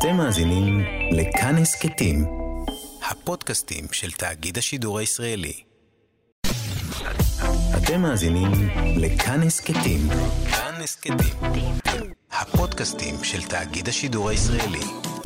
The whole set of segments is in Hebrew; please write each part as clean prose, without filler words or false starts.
אתם מאזינים לכאן הסכתים, הפודקאסטים של תאגיד השידור הישראלי. אתם מאזינים לכאן הסכתים, כאן הסכתים, הפודקאסטים של תאגיד השידור הישראלי.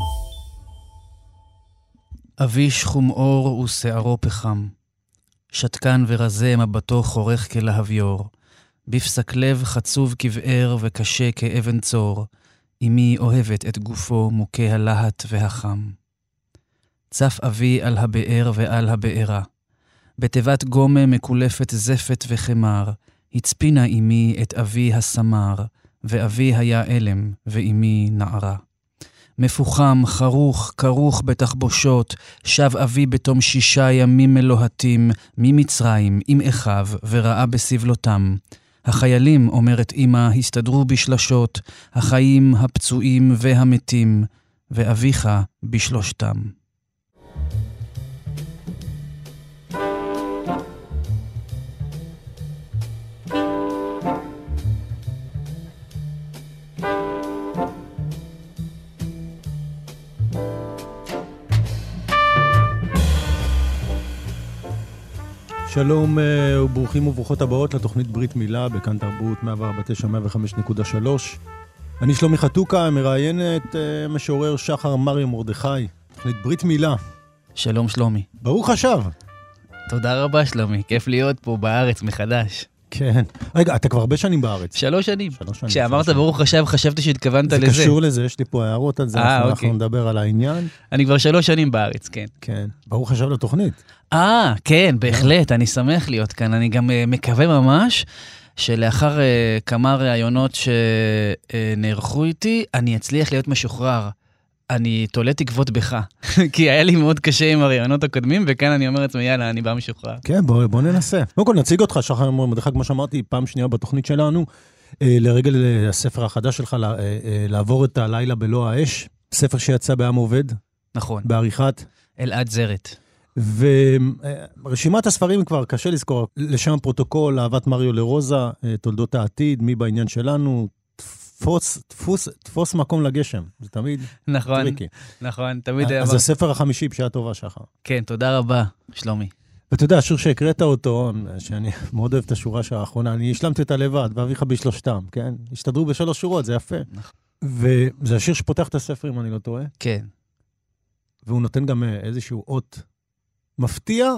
אבי שחום אור ושערו פחם, שתקן ורזה מבטו חורך כלהביור, בפסק לב חצוב כבאר וקשה כאבן צור, אמי אוהבת את גופו מוכה הלהט והחם. צף אבי על הבאר ועל הבארה, בתיבת גומה מקולפת זפת וחמר, הצפינה אמי את אבי הסמר, ואבי היה אלם ואמי נערה. מפוחם, חרוך, כרוך בתחבושות, שב אבי בתום 6 ימים מלוהטים, ממצרים, עם אחיו, וראה בסבלותם. החיילים, אומרת אמא, הסתדרו בשלשות, החיים, הפצועים והמתים, ואביך בשלושתם. שלום וברוכים וברוכות הבאות לתוכנית ברית מילה בכאן תרבות 149-105.3. אני שלומי חתוקה, מראיין את משורר שחר מריה מרדכי, תוכנית ברית מילה. שלום שלומי. ברוך השב. תודה רבה שלומי, כיף להיות פה בארץ מחדש. כן. רגע, אתה כבר הרבה שנים בארץ. 3 שנים. כשאמרת ברוך השב, חשבתי שהתכוונת לזה. זה קשור לזה, יש לי פה הערות על זה, אנחנו נדבר על העניין. אני כבר 3 שנים בארץ, כן. כן, ברוך השב לתוכנית. כן, בהחלט, אני שמח להיות כאן. אני גם מקווה ממש שלאחר כמה ראיונות שנערכו איתי, אני אצליח להיות משוחרר. אני תולה תקוות בך, כי היה לי מאוד קשה עם הראיונות הקודמים, וכאן אני אומר לעצמי, יאללה, אני בא משוחרר. כן, בוא ננסה. קודם כל נציג אותך, שחר מרדכי, כמו שאמרתי, פעם שנייה בתוכנית שלנו, לרגל הספר החדש שלך, לעבור את הלילה בלא האש, ספר שיצא בעם עובד. נכון. בעריכת אלעד זרת. ורשימת הספרים כבר קשה לזכור, לשם הפרוטוקול, אהבת מריו לרוזה, תולדות העתיד, מי בעניין שלנו, תפוס מקום לגשם, זה תמיד טריקי. נכון, תמיד היה. אז הספר החמישי, פשיעה טובה שחר. כן, תודה רבה, שלומי. ואתה יודע, השיר שהקראת אותו, שאני מאוד אוהב את השורה האחרונה, אני השלמתי את הלבד, ואביך בשלושתם, כן? השתדרו ב3 שורות, זה יפה. וזה השיר שפותח את הספר, אם אני לא טועה. כן. והוא נותן גם איזשהו אות מפתיע,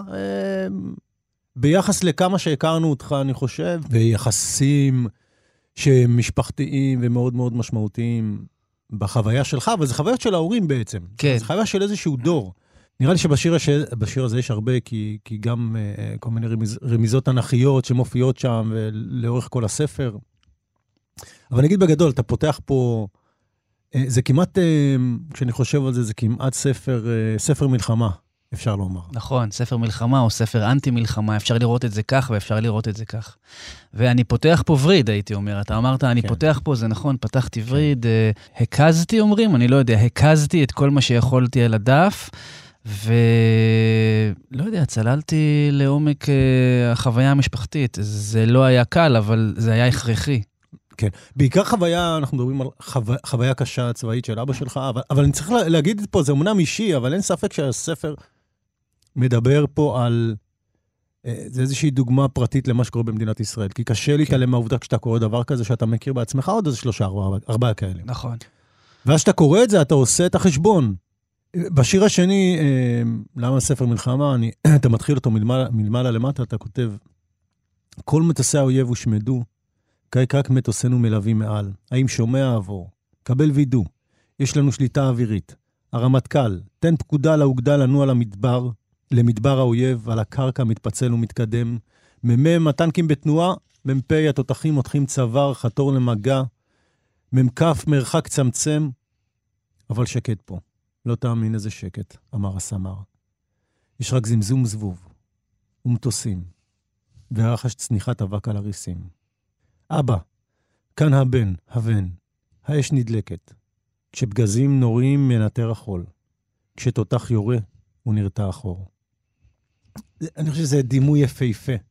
ביחס לכמה שהכרנו אותך, אני חושב, ויחסים שמשפחתיים ומאוד מאוד משמעותיים בחוויה שלך, אבל זה חוויות של ההורים בעצם. כן. זה חוויה של איזשהו דור. נראה לי שבשיר הזה יש הרבה, כי גם כל מיני רמיזות תנ"כיות שמופיעות שם, ולאורך כל הספר. אבל נגיד בגדול, אתה פותח פה, זה כמעט, כשאני חושב על זה, זה כמעט ספר מלחמה. אפשר לומר. נכון, ספר מלחמה או ספר אנטי-מלחמה, אפשר לראות את זה כך ואפשר לראות את זה כך. ואני פותח פה וריד, הייתי אומר. אתה אמרת, אני פותח פה, זה נכון, פתחתי וריד, הקזתי, אומרים, אני לא יודע, הקזתי את כל מה שיכולתי על הדף, ולא יודע, צללתי לעומק החוויה המשפחתית. זה לא היה קל, אבל זה היה הכרחי. כן, בעיקר חוויה, אנחנו מדברים על חוויה קשה צבאית של אבא שלך, אבל אני צריך להגיד פה, זה אמנם אישי, אבל אין ספק שהספר מדבר פה על, זה איזושהי דוגמה פרטית למה שקורה במדינת ישראל, כי קשה להתעלם מהעובדה כשאתה קורא דבר כזה, שאתה מכיר בעצמך עוד איזה 3-4 כאלה. נכון. ואז שאתה קורא את זה, אתה עושה את החשבון. בשיר השני, למה ספר מלחמה, אתה מתחיל אותו מלמעלה למטה, אתה כותב, כל מטוסי האויב הושמדו, רק מטוסנו מלווים מעל. האם שומע עבור? קבל וידו. יש לנו שליטה אווירית. הרמטכ"ל, תן פקודה לאוגדה לנוע למדבר האויב, על הקרקע מתפצל ומתקדם. הטנקים בתנועה, מ"פ התותחים מותחים צוואר, חתור למגע. מ"כ מרחק צמצם, אבל שקט פה. לא תאמין איזה שקט, אמר הסמר. יש רק זמזום זבוב, ומטוסים, והרחש צניחת אבק על הריסים. אבא, כאן הבן, האש נדלקת. כשפגזים נורים מנטר החול. כשתותח יורה, הוא נרתע אחור. אני חושב שזה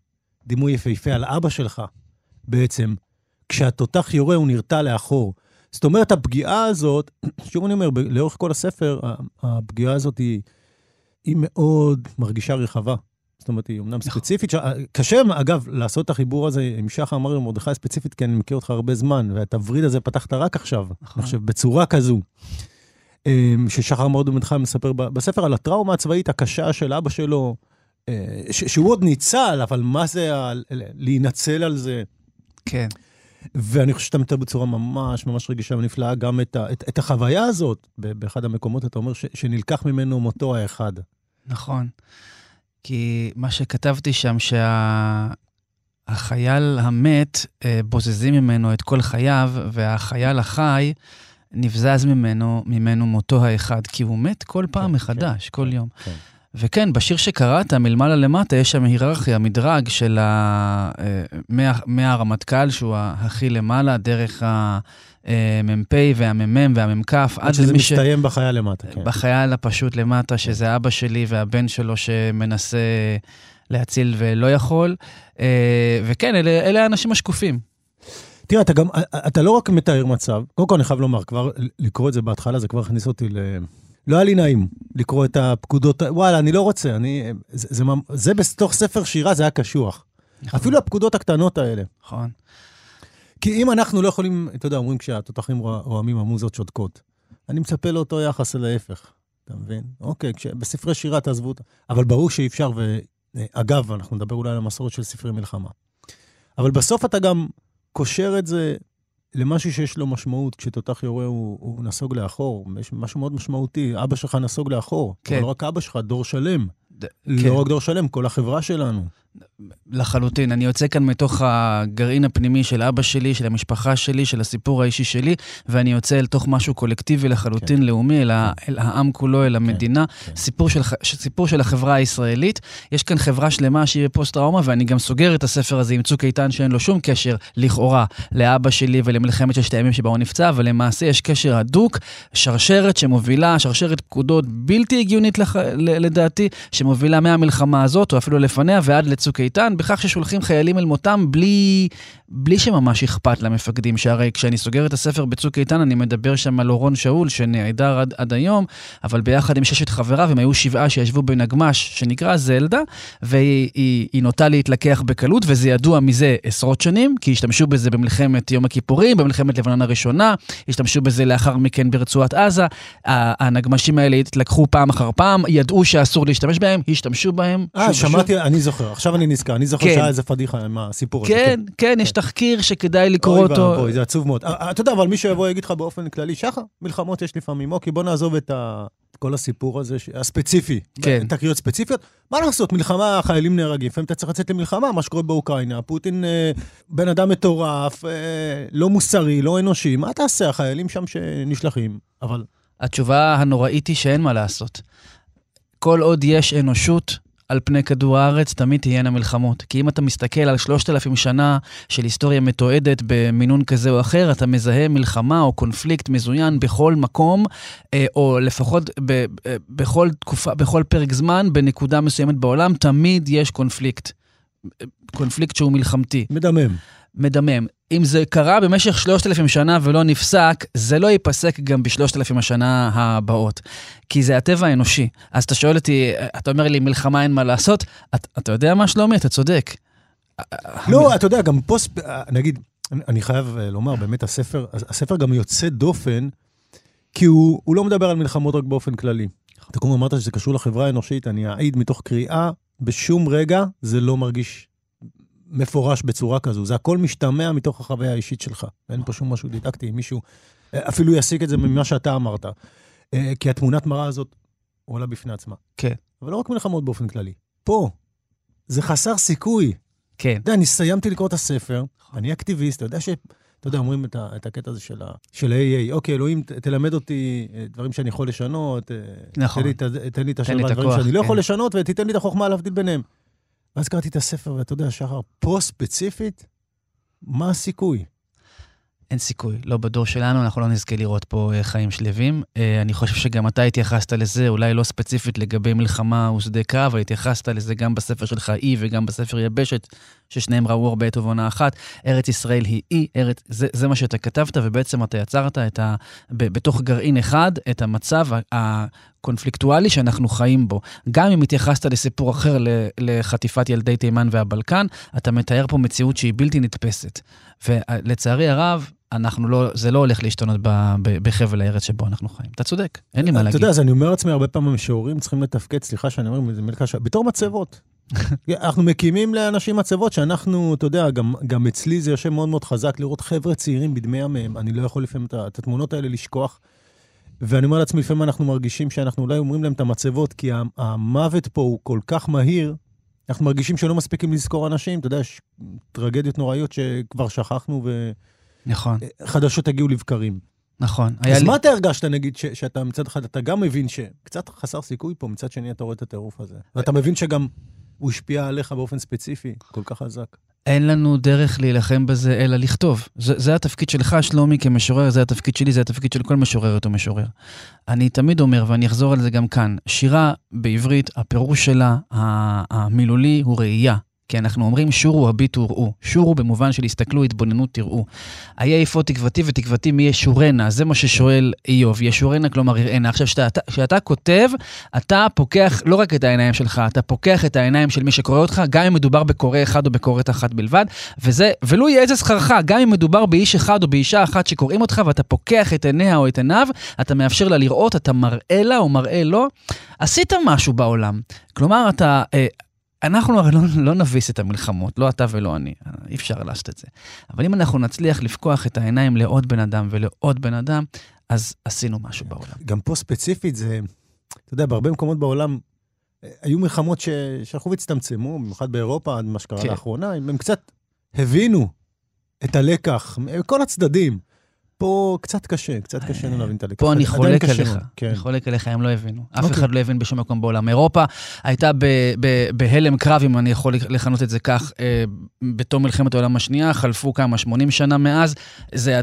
דימוי יפהפה על אבא שלך, בעצם. כשהתותח יורה, הוא נרתע לאחור. זאת אומרת, הפגיעה הזאת, שוב אני אומר, לאורך כל הספר, הפגיעה הזאת היא מאוד מרגישה רחבה. זאת אומרת, היא אומנם ספציפית. קשה, אגב, לעשות את החיבור הזה עם שחר אמר מרדכי ספציפית, כי אני מכיר אותך הרבה זמן, והתווריד הזה פתחת רק עכשיו, אני חושב, בצורה כזו, ששחר מרדכי מספר בספר על הטראומה הצבאית הקשה של אבא שלו, שהוא עוד ניצל, אבל מה זה להינצל על זה? כן. ואני חושב שאתה מתאר בצורה ממש ממש רגישה ונפלאה, גם את החוויה הזאת, באחד המקומות אתה אומר שנלקח ממנו מותו האחד. נכון. כי מה שכתבתי שם, שהחייל המת, בוזזים ממנו את כל חייו, והחייל החי נבזז ממנו מותו האחד, כי הוא מת כל פעם מחדש, כל יום. וכן, בשיר שקראת, מלמעלה למטה, יש שם היררכיה, מדרג של מהרמטכ"ל, שהוא הכי למעלה, דרך המ"פ והמ"מ והמ"כ, עד שזה מסתיים בחייל למטה. בחייל הפשוט למטה, שזה אבא שלי והבן שלו שמנסה להציל ולא יכול. וכן, אלה האנשים השקופים. תראה, אתה לא רק מתאר מצב, קודם כל אני חייב לומר, כבר לקרוא את זה בהתחלה, זה כבר הכניס אותי לא היה לי נעים לקרוא את הפקודות, וואלה, אני לא רוצה, זה בתוך ספר שירה, זה היה קשוח. אפילו הפקודות הקטנות האלה. נכון. כי אם אנחנו לא יכולים, אתה יודע, אומרים כשהתותחים רועמים, המוזות שותקות. אני מצפה לאותו יחס אל ההפך, אתה מבין? אוקיי, בספרי שירה תעזבו אותה. אבל ברור שאי אפשר, ואגב, אנחנו נדבר אולי על המסורת של ספרי מלחמה. אבל בסוף אתה גם קושר את זה למשהו שיש לו משמעות, כשתותח יורה הוא נסוג לאחור, יש משהו מאוד משמעותי, אבא שלך נסוג לאחור, כן. אבל לא רק אבא שלך, דור שלם, לא רק דור שלם, כל החברה שלנו. לחלוטין, אני יוצא כאן מתוך הגרעין הפנימי של אבא שלי, של המשפחה שלי, של הסיפור האישי שלי, ואני יוצא אל תוך משהו קולקטיבי לחלוטין, כן. לאומי, אל העם כולו, אל המדינה, כן. סיפור של החברה הישראלית. יש כאן חברה שלמה שהיא בפוסט-טראומה, ואני גם סוגר את הספר הזה עם צוק איתן שאין לו שום קשר, לכאורה, לאבא שלי ולמלחמת 6 הימים שבה הוא נפצע, אבל למעשה יש קשר הדוק, שרשרת שמובילה, שרשרת פקודות בלתי הגיונית לדעתי, שמובילה מהמלחמה הזאת, או אפילו לפניה, ועד לצוק איתן, בכך ששולחים חיילים אל מותם בלי שממש אכפת למפקדים, שהרי כשאני סוגר את הספר בצוק איתן, אני מדבר שם על אורון שאול, שנעדר עד היום, אבל ביחד עם 6 חבריו, הם היו 7 שישבו בנגמש, שנקרא זלדה, והיא נוטה להתלקח בקלות, וזה ידוע מזה עשרות שנים, כי השתמשו בזה במלחמת יום הכיפורים, במלחמת לבנון הראשונה, השתמשו בזה לאחר מכן ברצועת עזה, הנגמשים האלה התלקחו פעם אחר פעם, ידעו שאסור להשתמש בהם, השתמשו בהם. שמעתי, אני זוכר, עכשיו אני נזכר, אני זוכר שהיה איזה פדיחה עם הסיפור הזה. כן, כן, יש תחקיר שכדאי לקרוא אותו. אוי, זה עצוב מאוד. אתה יודע, אבל מי שיבוא יגיד לך באופן כללי, שחר, מלחמות יש לפעמים, אוקיי, בוא נעזוב את כל הסיפור הזה, הספציפי, תקריות ספציפיות. מה לעשות? מלחמה, חיילים נהרגים, לפעמים אתה צריך לצאת למלחמה, מה שקורה באוקראינה, פוטין בן אדם מטורף, לא מוסרי, לא אנושי, מה תעשה? החיילים שם שנשלחים, אבל... התשובה הנוראית היא שאין מה לעשות. כל עוד יש אנושות, על פני כדור הארץ, תמיד תהיינה מלחמות. כי אם אתה מסתכל על 3,000 שנה של היסטוריה מתועדת במינון כזה או אחר, אתה מזהה מלחמה או קונפליקט מזוין בכל מקום, או לפחות בכל תקופה, בכל פרק זמן, בנקודה מסוימת בעולם, תמיד יש קונפליקט. קונפליקט שהוא מלחמתי. מדמם. אם זה קרה במשך 3,000 שנה ולא נפסק, זה לא ייפסק גם ב3,000 השנה הבאות. כי זה הטבע האנושי. אז אתה שואל אותי, אתה אומר לי, מלחמה אין מה לעשות? אתה יודע מה שלומי? אתה צודק. לא, אתה יודע, גם פה, נגיד, אני חייב לומר, באמת הספר גם יוצא דופן, כי הוא לא מדבר על מלחמות רק באופן כללי. אתה כמו אמרת שזה קשור לחברה האנושית, אני אעיד מתוך קריאה, בשום רגע זה לא מרגיש מפורש בצורה כזו. זה הכל משתמע מתוך החוויה האישית שלך. אין פה שום משהו דידקטי, אם מישהו אפילו יסיק את זה ממה שאתה אמרת. כי התמונת מראה הזאת עולה בפני עצמה. כן. אבל לא רק מלחמות באופן כללי. פה, זה חסר סיכוי. כן. אתה יודע, אני סיימתי לקרוא את הספר, אני אקטיביסט, אתה יודע אתה יודע, אומרים את הקטע הזה של AA, אוקיי, אלוהים, תלמד אותי דברים שאני יכול לשנות, נכון. תן לי את השלווה, דברים שאני לא יכול לשנות, ותיתן לי את החוכמה להבדיל ביניהם. ואז קראתי את הספר, ואתה יודע, שחר, פה ספציפית, מה הסיכוי? אין סיכוי. לא בדור שלנו, אנחנו לא נזכה לראות פה חיים שלווים. אני חושב שגם אתה התייחסת לזה, אולי לא ספציפית לגבי מלחמה ושדה קרב, אבל התייחסת לזה גם בספר שלך אי וגם בספר יבשת, ששניהם ראו הרבה את ובעונה אחת. ארץ ישראל היא אי, זה מה שאתה כתבת, ובעצם אתה יצרת בתוך גרעין אחד, את המצב הקונפליקטואלי שאנחנו חיים בו. גם אם התייחסת לסיפור אחר לחטיפת ילדי תימן והבלקן, אתה מתאר פה מציאות שהיא בלתי נתפסת. ולצערי הרב, זה לא הולך להשתנות בחבל הארץ שבו אנחנו חיים. אתה צודק, אין לי מה להגיד. אתה יודע, אז אני אומר לעצמי, הרבה פעמים משוררים צריכים לתפקד, סליחה שאני אומר, זה מלכה, בתור מצבות. אנחנו מקימים לאנשים מצבות שאנחנו, אתה יודע, גם אצלי זה יושב מאוד מאוד חזק לראות חבר'ה צעירים בדמי ימיהם. אני לא יכול לפעמים את התמונות האלה לשכוח. ואני אומר לעצמי, לפעמים אנחנו מרגישים שאנחנו אולי אומרים להם את המצבות, כי המוות פה הוא כל כך מהיר, אנחנו מרגישים שלא מספיקים לזכור אנשים. אתה יודע, יש טרגדיות נוראיות שכבר שכחנו נכון. חדשות הגיעו לבקרים. נכון. אז מה אתה הרגשת, נגיד, שאתה מצד אחד, אתה גם מבין שקצת חסר סיכוי פה, מצד שני אתה רואה את הטירוף הזה. ואתה מבין שגם הוא השפיע עליך באופן ספציפי, כל כך חזק. אין לנו דרך להילחם בזה, אלא לכתוב. זה התפקיד שלך, שלומי, כמשורר, זה התפקיד שלי, זה התפקיד של כל משוררת או משורר. אני תמיד אומר, ואני אחזור על זה גם כאן, שירה בעברית, הפירוש שלה, המילולי הוא ראייה. כי אנחנו אומרים, שורו הביטו ראו. שורו במובן של הסתכלו, התבוננו, תראו. היה יפות תקוותי ותקוותי מי ישורנה. זה מה ששואל איוב. ישורנה, כלומר יראנה. עכשיו, כשאתה כותב, אתה פוקח לא רק את העיניים שלך, אתה פוקח את העיניים של מי שקורא אותך, גם אם מדובר בקורא אחד או בקוראת אחת בלבד, ולו יהיה איזה שכרך, גם אם מדובר באיש אחד או באישה אחת שקוראים אותך, ואתה פוקח את עיניה או את עיניו, אתה מאפשר לה לראות, אתה מראה לה או מראה לו, עשית משהו בעולם. כלומר, אנחנו הרי לא נביס את המלחמות, לא אתה ולא אני, אי אפשר לעשות את זה. אבל אם אנחנו נצליח לפקוח את העיניים לעוד בן אדם ולעוד בן אדם, אז עשינו משהו בעולם. גם פה ספציפית זה, אתה יודע, בהרבה מקומות בעולם, היו מלחמות שהלכו והצטמצמו, במיוחד באירופה, עד מה שקרה לאחרונה, הם קצת הבינו את הלקח, כל הצדדים. פה קצת קשה לנו להבין את הלקח. פה אני חולק עליך, אני חולק עליך, הם לא הבינו. אף אחד לא הבין בשום מקום בעולם. אירופה הייתה בהלם קרב, אם אני יכול לכנות את זה כך, בתום מלחמת העולם השנייה, חלפו כמה 80 שנה מאז, זה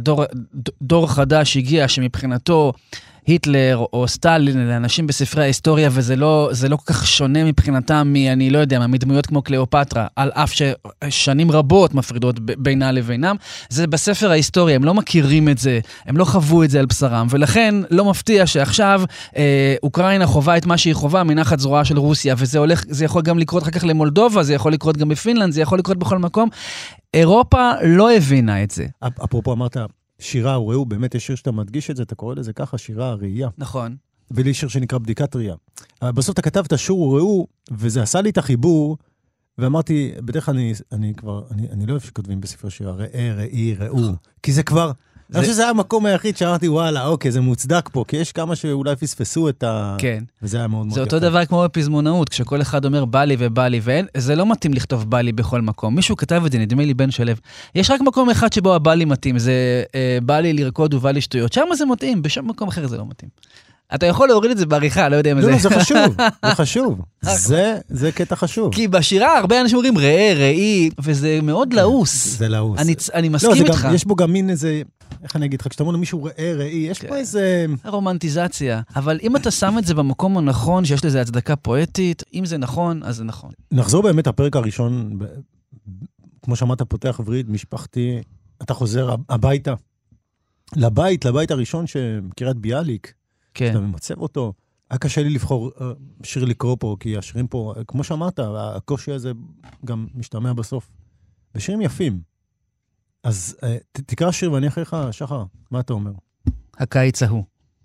הדור חדש הגיע שמבחינתו, היטלר או סטלין, לאנשים בספרי ההיסטוריה, וזה לא כל כך שונה מבחינתם אני לא יודע, מדמויות כמו קליאופטרה, על אף ששנים רבות מפרידות בינה לבינם, זה בספר ההיסטוריה, הם לא מכירים את זה, הם לא חוו את זה על בשרם, ולכן לא מפתיע שעכשיו אוקראינה חובה את מה שהיא חובה מנחת זרועה של רוסיה, זה יכול גם לקרות אחר כך למולדובה, זה יכול לקרות גם בפינלנד, זה יכול לקרות בכל מקום. אירופה לא הבינה את זה. אפרופו אמרת, שירה ראו, באמת יש שיר שאתה מדגיש את זה, אתה קורא לזה ככה, שירה ראייה. נכון. ולי שיר שנקרא בדיקת ראייה. בסוף אתה כתבת שור ראו, וזה עשה לי את החיבור, ואמרתי, בדרך כלל אני לא אוהב שכותבים בספר שירה, ראה, ראי, ראו, כי זה כבר, אני חושב שזה היה המקום היחיד שאמרתי, וואלה, אוקיי, זה מוצדק פה, כי יש כמה שאולי פספסו את ה... כן. וזה היה מאוד מאוד זה אותו דבר כמו בפזמונאות, כשכל אחד אומר בא לי ובא לי, וזה לא מתאים לכתוב בא לי בכל מקום. מישהו כתב את זה, נדמה לי בן שלו. יש רק מקום אחד שבו הבא לי מתאים, זה בא לי לרקוד ובא לי שטויות. שם זה מתאים, בשום מקום אחר זה לא מתאים. אתה יכול להוריד את זה בעריכה, לא יודע אם זה... לא, זה חשוב, זה חשוב. זה קטע חשוב. כי בשירה הרבה אנשים אומרים ראה, ראי, וזה מאוד לעוס. זה לעוס. אני מסכים איתך. יש בו גם מין איזה... איך אני אגיד לך, כשאתה אומר למישהו ראה, ראי, יש פה איזה... רומנטיזציה. אבל אם אתה שם את זה במקום הנכון, שיש לזה הצדקה פואטית, אם זה נכון, אז זה נכון. נחזור באמת הפרק הראשון, כמו שאמרת, פותח וריד, משפחתי, אתה חוזר הביתה. לבית הראשון שקריית ביאליק, שאתה ממצב אותו. היה קשה לי לבחור שיר לקרוא פה, כי השירים פה, כמו שאמרת, הקושי הזה גם משתמע בסוף. ושירים יפים. אז תקרא שיר ואני אחריך, שחר, מה אתה אומר? הקיץ ההוא.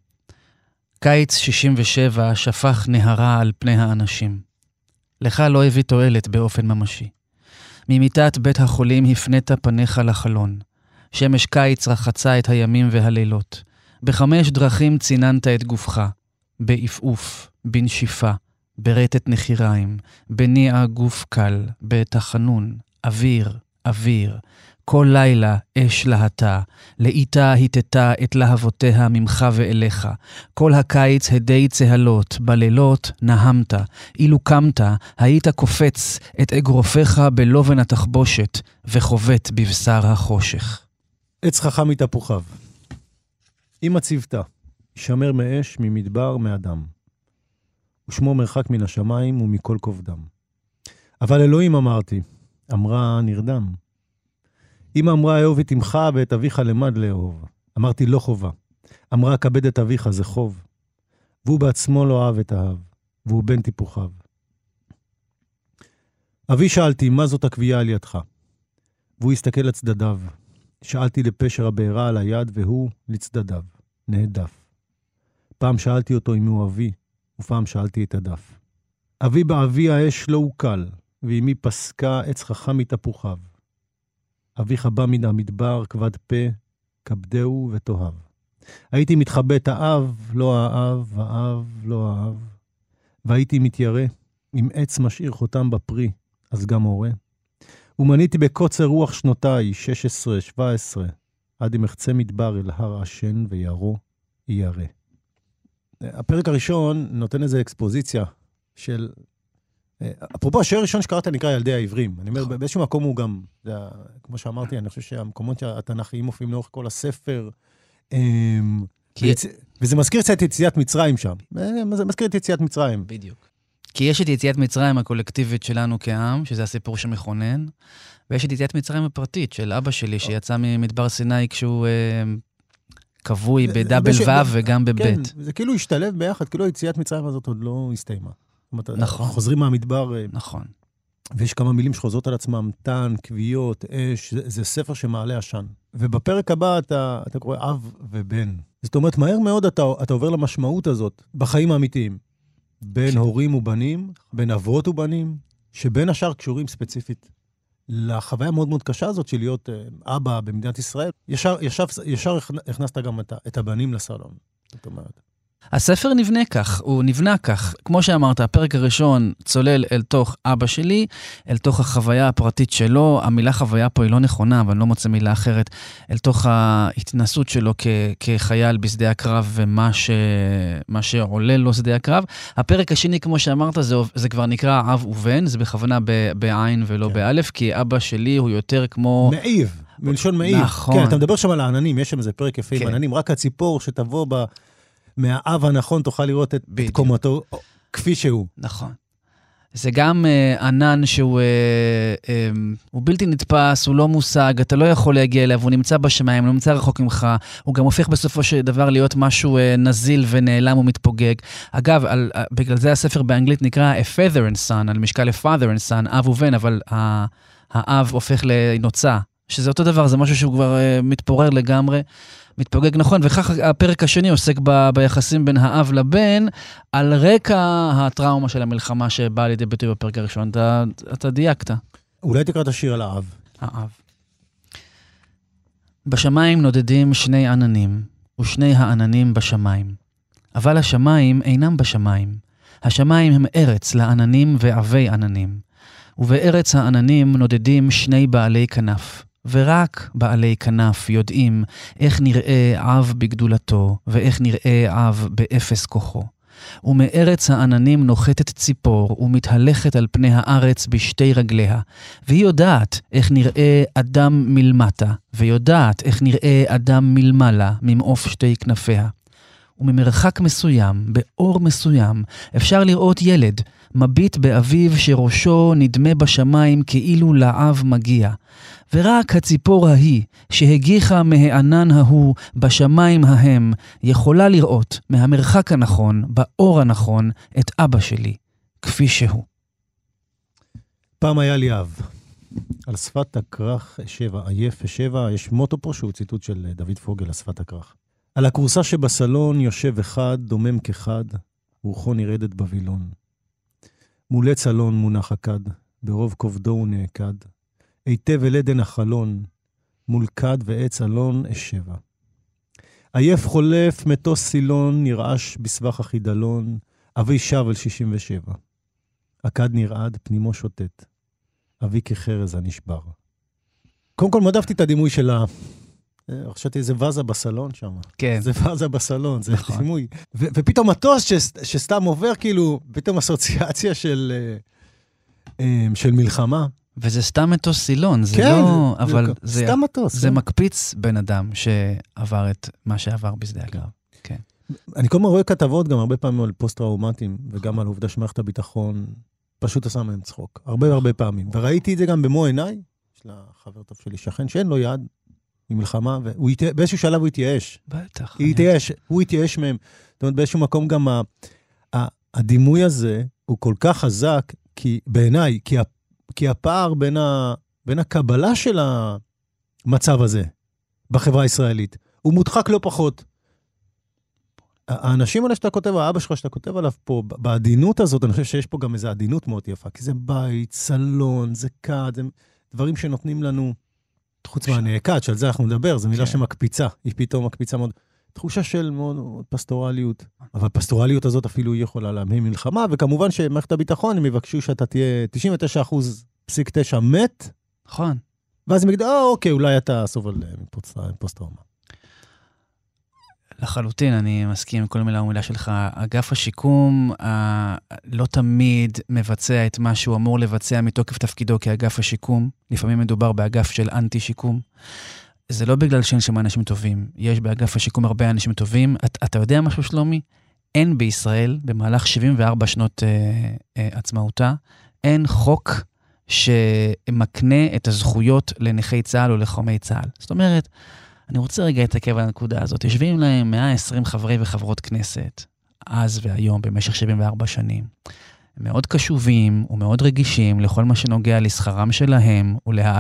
קיץ 67 שפך נהרה על פני האנשים. לך לא הביא תועלת באופן ממשי. ממיטת בית החולים הפנית פניך לחלון. שמש קיץ רחצה את הימים והלילות. 5 דרכים ציננת את גופך. בעפעוף, בנשיפה, ברטט נחיריים, בניע גוף קל, בתחנון, אוויר. כל לילה אש להתה, לאיתה היטתה את להבותיה ממך ואליך. כל הקיץ הדי צהלות, בלילות נהמת. אילו קמת, היית קופץ את אגרופיך בלובן התחבושת, וחובט בבשר החושך. עץ חכם מתפוחיו. אמא ציוותה, ישמר מאש, ממדבר, מאדם. ושמו מרחק מן השמיים ומכל כובדם. אבל אלוהים אמרתי, אמרה נרדם. אמא אמרה, אהוב את אמך ואת אביך למד לאהוב. אמרתי, לא חובה. אמרה, כבד את אביך, זה חוב. והוא בעצמו לא אהב את האב, והוא בן טיפוחיו. אבי שאלתי, מה זאת הקביעה על ידך? והוא הסתכל לצדדיו. שאלתי לפשר הבעירה על היד, והוא לצדדיו. נהדף. פעם שאלתי אותו אם הוא אבי, ופעם שאלתי את הדף. אבי באבי האש לא הוא קל, ואמי פסקה עץ חכם מתפוחיו. אביך בא מן המדבר, כבד פה, כבדהו ותאהב. הייתי מתחבט האב, לא האב, האב, לא האב. והייתי מתיירא, עם עץ משאיר חותם בפרי, אז גם הורה. ומניתי בקוצר רוח שנותיי, 16, 17, עד אם אחצה מדבר אל הר עשן וירו ירא. הפרק הראשון נותן איזו אקספוזיציה של... אפרופו, השיר הראשון שקראת נקרא ילדי העברים. אני אומר, באיזשהו מקום הוא גם, כמו שאמרתי, אני חושב שהמקומות התנ"כיים מופיעים לאורך כל הספר, וזה מזכיר קצת את יציאת מצרים שם. זה מזכיר את יציאת מצרים. בדיוק. כי יש את יציאת מצרים הקולקטיבית שלנו כעם, שזה הסיפור שמכונן, ויש את יציאת מצרים הפרטית של אבא שלי, שיצא ממדבר סיני כשהוא קבוי בדאבל וו וגם בבית. כן, זה כאילו השתלב ביחד, כאילו יציאת מצרים הזאת עוד לא הסתיימה. נכון. חוזרים מהמדבר. נכון. ויש כמה מילים שחוזרות על עצמם, טן, קביעות, אש, זה ספר שמעלה עשן. ובפרק הבא אתה קורא אב ובן. זאת אומרת, מהר מאוד אתה עובר למשמעות הזאת בחיים האמיתיים. בין הורים ובנים, בין אבות ובנים, שבין השאר קשורים ספציפית לחוויה מאוד מאוד קשה הזאת של להיות אבא במדינת ישראל. ישר הכנסת גם את הבנים לסלון, זאת אומרת. הספר נבנה כך, הוא נבנה כך. כמו שאמרת, הפרק הראשון צולל אל תוך אבא שלי, אל תוך החוויה הפרטית שלו. המילה חוויה פה היא לא נכונה, אבל אני לא מוצא מילה אחרת, אל תוך ההתנסות שלו כחייל בשדה הקרב ומה שעולה לו שדה הקרב. הפרק השני, כמו שאמרת, זה כבר נקרא אב ובן, זה בכוונה בעין ולא באלף, כי אבא שלי הוא יותר כמו... מעיב, מלשון מעיב. נכון. כן, אתה מדבר שם על העננים, יש שם איזה פרק יפה עם עננים, רק הציפור שתבוא מהאב הנכון תוכל לראות את קומתו כפי שהוא. נכון. זה גם ענן שהוא בלתי נתפס, הוא לא מושג, אתה לא יכול להגיע אליו, הוא נמצא בשמיים, הוא נמצא רחוק ממך, הוא גם הופך בסופו של דבר להיות משהו נזיל ונעלם ומתפוגג. אגב, בגלל זה הספר באנגלית נקרא A Father and Son, על משקל A Father and Son, אב ובן, אבל האב הופך לנוצה, שזה אותו דבר, זה משהו שהוא כבר מתפורר לגמרי, מתפוגג נכון, וכך הפרק השני עוסק ביחסים בין האב לבן, על רקע הטראומה של המלחמה שבאה לידי ביטוי בפרק הראשון. אתה דייקת. אולי תקרא את השיר על האב. האב. בשמיים נודדים שני עננים, ושני העננים בשמיים. אבל השמיים אינם בשמיים. השמיים הם ארץ לעננים ועבי עננים. ובארץ העננים נודדים שני בעלי כנף. ורק בעלי כנף יודעים איך נראה אב בגדולתו, ואיך נראה אב באפס כוחו. ומארץ העננים נוחתת ציפור, ומתהלכת על פני הארץ בשתי רגליה, והיא יודעת איך נראה אדם מלמטה, ויודעת איך נראה אדם מלמעלה, ממעוף שתי כנפיה. וממרחק מסוים, באור מסוים, אפשר לראות ילד, מביט באביו שראשו נדמה בשמיים כאילו לאב מגיע. ורק הציפור ההיא שהגיחה מהענן ההוא בשמיים ההם יכולה לראות מהמרחק הנכון, באור הנכון, את אבא שלי, כפי שהוא. פעם היה לי אב. על שפת הכרך שבע, עייף שבע, יש מוטו פה שהוא ציטוט של דוד פוגל, על שפת הכרך. על הכורסה שבסלון יושב אחד, דומם כחד, רוחו נרדת בבילון. מולי צלון מונח הכד, ברוב כובדו הוא נעקד. היטב אל עדן החלון, מול כד ועץ אלון אשבע. עייף חולף מטוס סילון, נרעש בסבך החידלון, אבי שב על 67. הכד נרעד, פנימו שוטט. אבי כחרז הנשבר. קודם כל מדפתי את הדימוי שלה. חשבתי איזה וזה בסלון שם. כן. זה וזה בסלון, זה דימוי. ופתאום מטוס שסתם עובר, כאילו, פתאום אסוציאציה של מלחמה. וזה סתם מטוס סילון, זה כן, לא... אבל זה, סתם מטוס. זה מקפיץ בן אדם שעבר את מה שעבר בשדה הקרב. כן. אני כל הזמן רואה כתבות גם הרבה פעמים על פוסט-טראומטיים, וגם על העובדה שמערכת הביטחון פשוט עשה מהם צחוק. הרבה פעמים. וראיתי את זה גם במו עיניי, יש לה חבר טוב שלי, שכן, שאין לו יד ממלחמה, ובאיזשהו שלב הוא התייאש. בטח. הוא התייאש מהם. זאת אומרת, באיזשהו מקום גם הדימוי הזה הוא כל כך חזק, בעיניי, כי הפער בין הקבלה של המצב הזה בחברה הישראלית, הוא מודחק לא פחות. האנשים האלה שאתה כותב, האבא שלך שאתה כותב עליו פה, בעדינות הזאת, אני חושב שיש פה גם איזו עדינות מאוד יפה, כי זה בית, סלון, זה קד, זה דברים שנותנים לנו, חוץ מהנעקד, שעל זה אנחנו נדבר, זו מילה שמקפיצה, היא פתאום מקפיצה מאוד, תחושה של מאוד פסטורליות, אבל הפסטורליות הזאת אפילו היא יכולה להמהים מלחמה, וכמובן שמערכת הביטחון, הם יבקשו שאתה תהיה 99.9% מת, נכון. ואז הם יגידו, אוקיי, אולי אתה סובל מפוסט-טראומה. לחלוטין, אני מסכים עם כל מילה ומילה שלך. אגף השיקום לא תמיד מבצע את מה שהוא אמור לבצע מתוקף תפקידו כאגף השיקום. לפעמים מדובר באגף של אנטי-שיקום. זה לא בגלל שאין שם אנשים טובים. יש באגף השיקום הרבה אנשים טובים. אתה יודע משהו, שלומי? אין בישראל, במהלך 74 שנות עצמאותה, אין חוק שמקנה את הזכויות לנכי צה"ל או לחומי צה"ל. זאת אומרת, אני רוצה רגע להתעכב על הנקודה הזאת. יושבים להם 120 חברי וחברות כנסת, אז והיום, במשך 74 שנים. הם מאוד קשובים ומאוד רגישים לכל מה שנוגע לשכרם שלהם,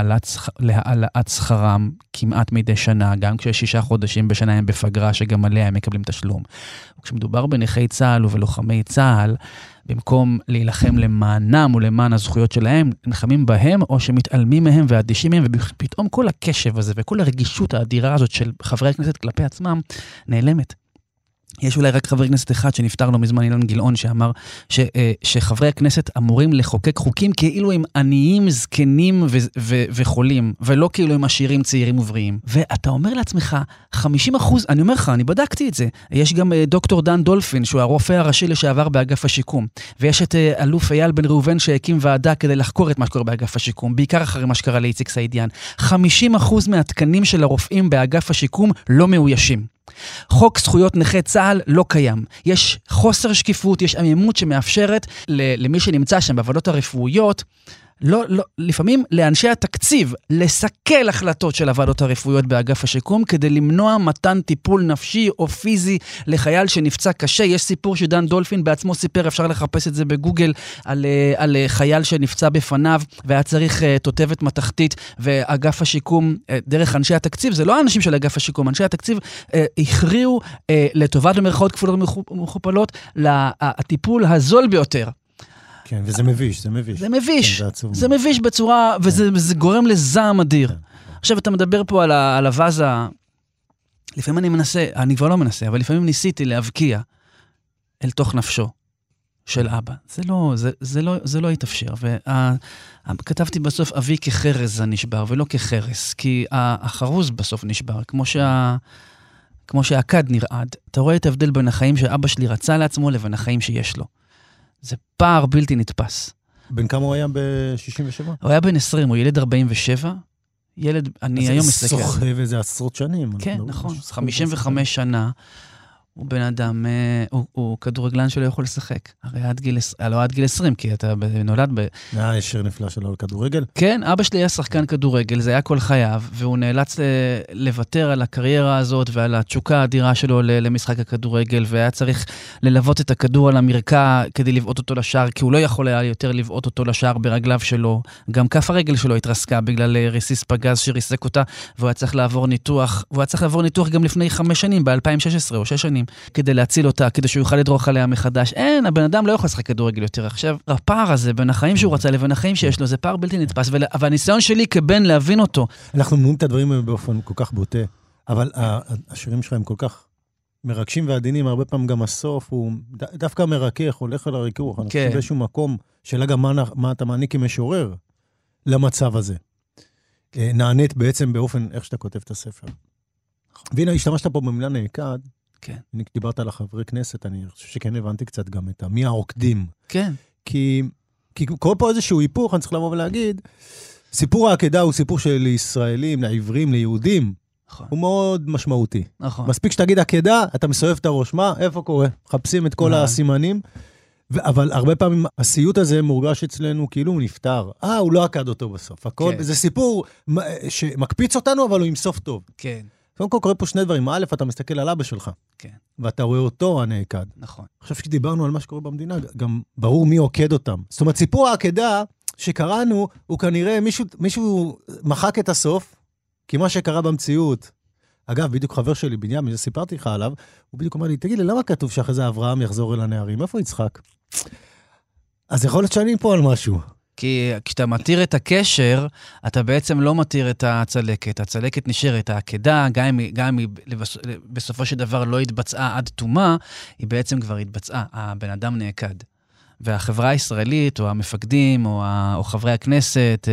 ולהעלאת שכרם כמעט מדי שנה, גם כשיש 6 חודשים בשנה הם בפגרה, שגם עליה הם מקבלים תשלום. וכשמדובר בנכי צה"ל ובלוחמי צה"ל, במקום להילחם למענם ולמען הזכויות שלהם, נלחמים בהם או שמתעלמים מהם ואדישים מהם, ופתאום כל הקשב הזה וכל הרגישות האדירה הזאת של חברי הכנסת כלפי עצמם נעלמת. יש אולי רק חבר כנסת אחד שנפטר לו מזמן, אילן גילאון, שאמר שחברי הכנסת אמורים לחוקק חוקים כאילו הם עניים, זקנים וחולים, ולא כאילו הם עשירים, צעירים ובריאים. ואתה אומר לעצמך, 50%, אני אומר לך, אני בדקתי את זה. יש גם דוקטור דן דולפין, שהוא הרופא הראשי לשעבר באגף השיקום. ויש את אלוף אייל בן ראובן שהקים ועדה כדי לחקור את מה שקורה באגף השיקום, בעיקר אחרי מה שקרה לאיציק סעידיאן. 50% מהתקנים של הרופאים באגף השיקום לא מאוישים. חוק זכויות נכי צה"ל לא קיים. יש חוסר שקיפות, יש עמימות שמאפשרת למי שנמצא שם בוועדות הרפואיות, לפעמים לאנשי התקציב, לסכל החלטות של הוועדות הרפואיות באגף השיקום, כדי למנוע מתן טיפול נפשי או פיזי לחייל שנפצע קשה. יש סיפור שדן דולפין בעצמו סיפר, אפשר לחפש את זה בגוגל, על חייל שנפצע בפניו, והיה צריך תותבת מתכתית, ואגף השיקום, דרך אנשי התקציב, זה לא האנשים של אגף השיקום, אנשי התקציב הכריעו לטובת במרכאות כפולות ומכופלות, לטיפול הזול ביותר. כן, וזה מביש, זה מביש. זה מביש, כן, זה מביש בצורה, וזה גורם לזעם אדיר. כן. עכשיו אתה מדבר פה על הווזה, לפעמים אני מנסה, אני כבר לא מנסה, אבל לפעמים ניסיתי להבקיע אל תוך נפשו של אבא. זה לא יתאפשר. וכתבתי בסוף, אבי כחרז נשבר, ולא כחרס, כי החרוז בסוף נשבר, כמו שהעקד נרעד. אתה רואה את ההבדל בין החיים שאבא שלי רצה לעצמו לבין החיים שיש לו. זה פער בלתי נתפס. בן כמה הוא היה ב-67? הוא היה בן 20, הוא ילד 47. ילד, אני היום מסתכל. זה סוחב איזה עשרות שנים. כן, נכון. 55 שנה. הוא בן אדם, הוא כדורגלן שלא יכול לשחק. הרי עד גיל 20, כי אתה נולד היה ישר נפלא שלו על כדורגל? כן, אבא שלי היה שחקן כדורגל, זה היה כל חייו, והוא נאלץ לוותר על הקריירה הזאת ועל התשוקה האדירה שלו למשחק הכדורגל, והיה צריך ללוות את הכדור על המרקע כדי לבעוט אותו לשער, כי הוא לא יכול היה יותר לבעוט אותו לשער ברגליו שלו. גם כף הרגל שלו התרסקה בגלל רסיס פגז שריסק אותה, והוא היה צריך לעבור ניתוח, גם לפני 5 שנים, ב-2016 או 6 שנים. כדי להציל אותה, כדי שהוא יוכל לדרוך עליה מחדש. אין, הבן אדם לא יכול לשחק כדורגל יותר. עכשיו, הפער הזה בין החיים שהוא רצה לבין החיים שיש לו, זה פער בלתי נתפס, והניסיון שלי כבן להבין אותו. אנחנו אומרים את הדברים באופן כל כך בוטה, אבל השירים שלך הם כל כך מרגשים ועדינים, הרבה פעמים גם הסוף הוא דווקא מרכך, הולך על הריכוך, אנחנו חושב באיזשהו מקום, שאלה גם מה אתה מעניק כמשורר למצב הזה. נענית בעצם באופן איך שאתה כותב את הספר. והנה, השתמשת פה במילה נעקד, כן. אני דיברת על החברי כנסת, אני חושב שכן הבנתי קצת גם את מי העוקדים. כן. כי כי קורה פה איזשהו היפוך, אני צריך לבוא ולהגיד, סיפור העקדה הוא סיפור של ישראלים, לעברים, ליהודים, נכון. הוא מאוד משמעותי. נכון. מספיק שתגיד עקדה, אתה מסובב את הראש, מה, איפה קורה? חפשים את כל הסימנים, אבל הרבה פעמים הסיוט הזה מורגש אצלנו כאילו הוא נפטר. הוא לא עקד אותו בסוף. הכל, זה סיפור שמקפיץ אותנו, אבל הוא עם סוף טוב. כן. קודם כל קורה פה שני דברים. א', אתה מסתכל על אבא שלך. כן. ואתה רואה אותו הנעקד. נכון. עכשיו שדיברנו על מה שקורה במדינה, גם ברור מי עוקד אותם. זאת אומרת, סיפור העקדה שקראנו, הוא כנראה מישהו מחק את הסוף, כי מה שקרה במציאות, אגב, בדיוק חבר שלי, בנימין, שסיפרתי לך עליו, הוא בדיוק אומר לי, תגיד לי, למה כתוב שאחרי זה אברהם יחזור אל הנערים? איפה יצחק? אז יכול להיות שאני פה על משהו. כי כשאתה מתיר את הקשר, אתה בעצם לא מתיר את הצלקת. הצלקת נשארת, העקדה, גם אם בסופו של דבר לא התבצעה עד תומה, היא בעצם כבר התבצעה. הבן אדם נעקד. והחברה הישראלית, או המפקדים, או חברי הכנסת,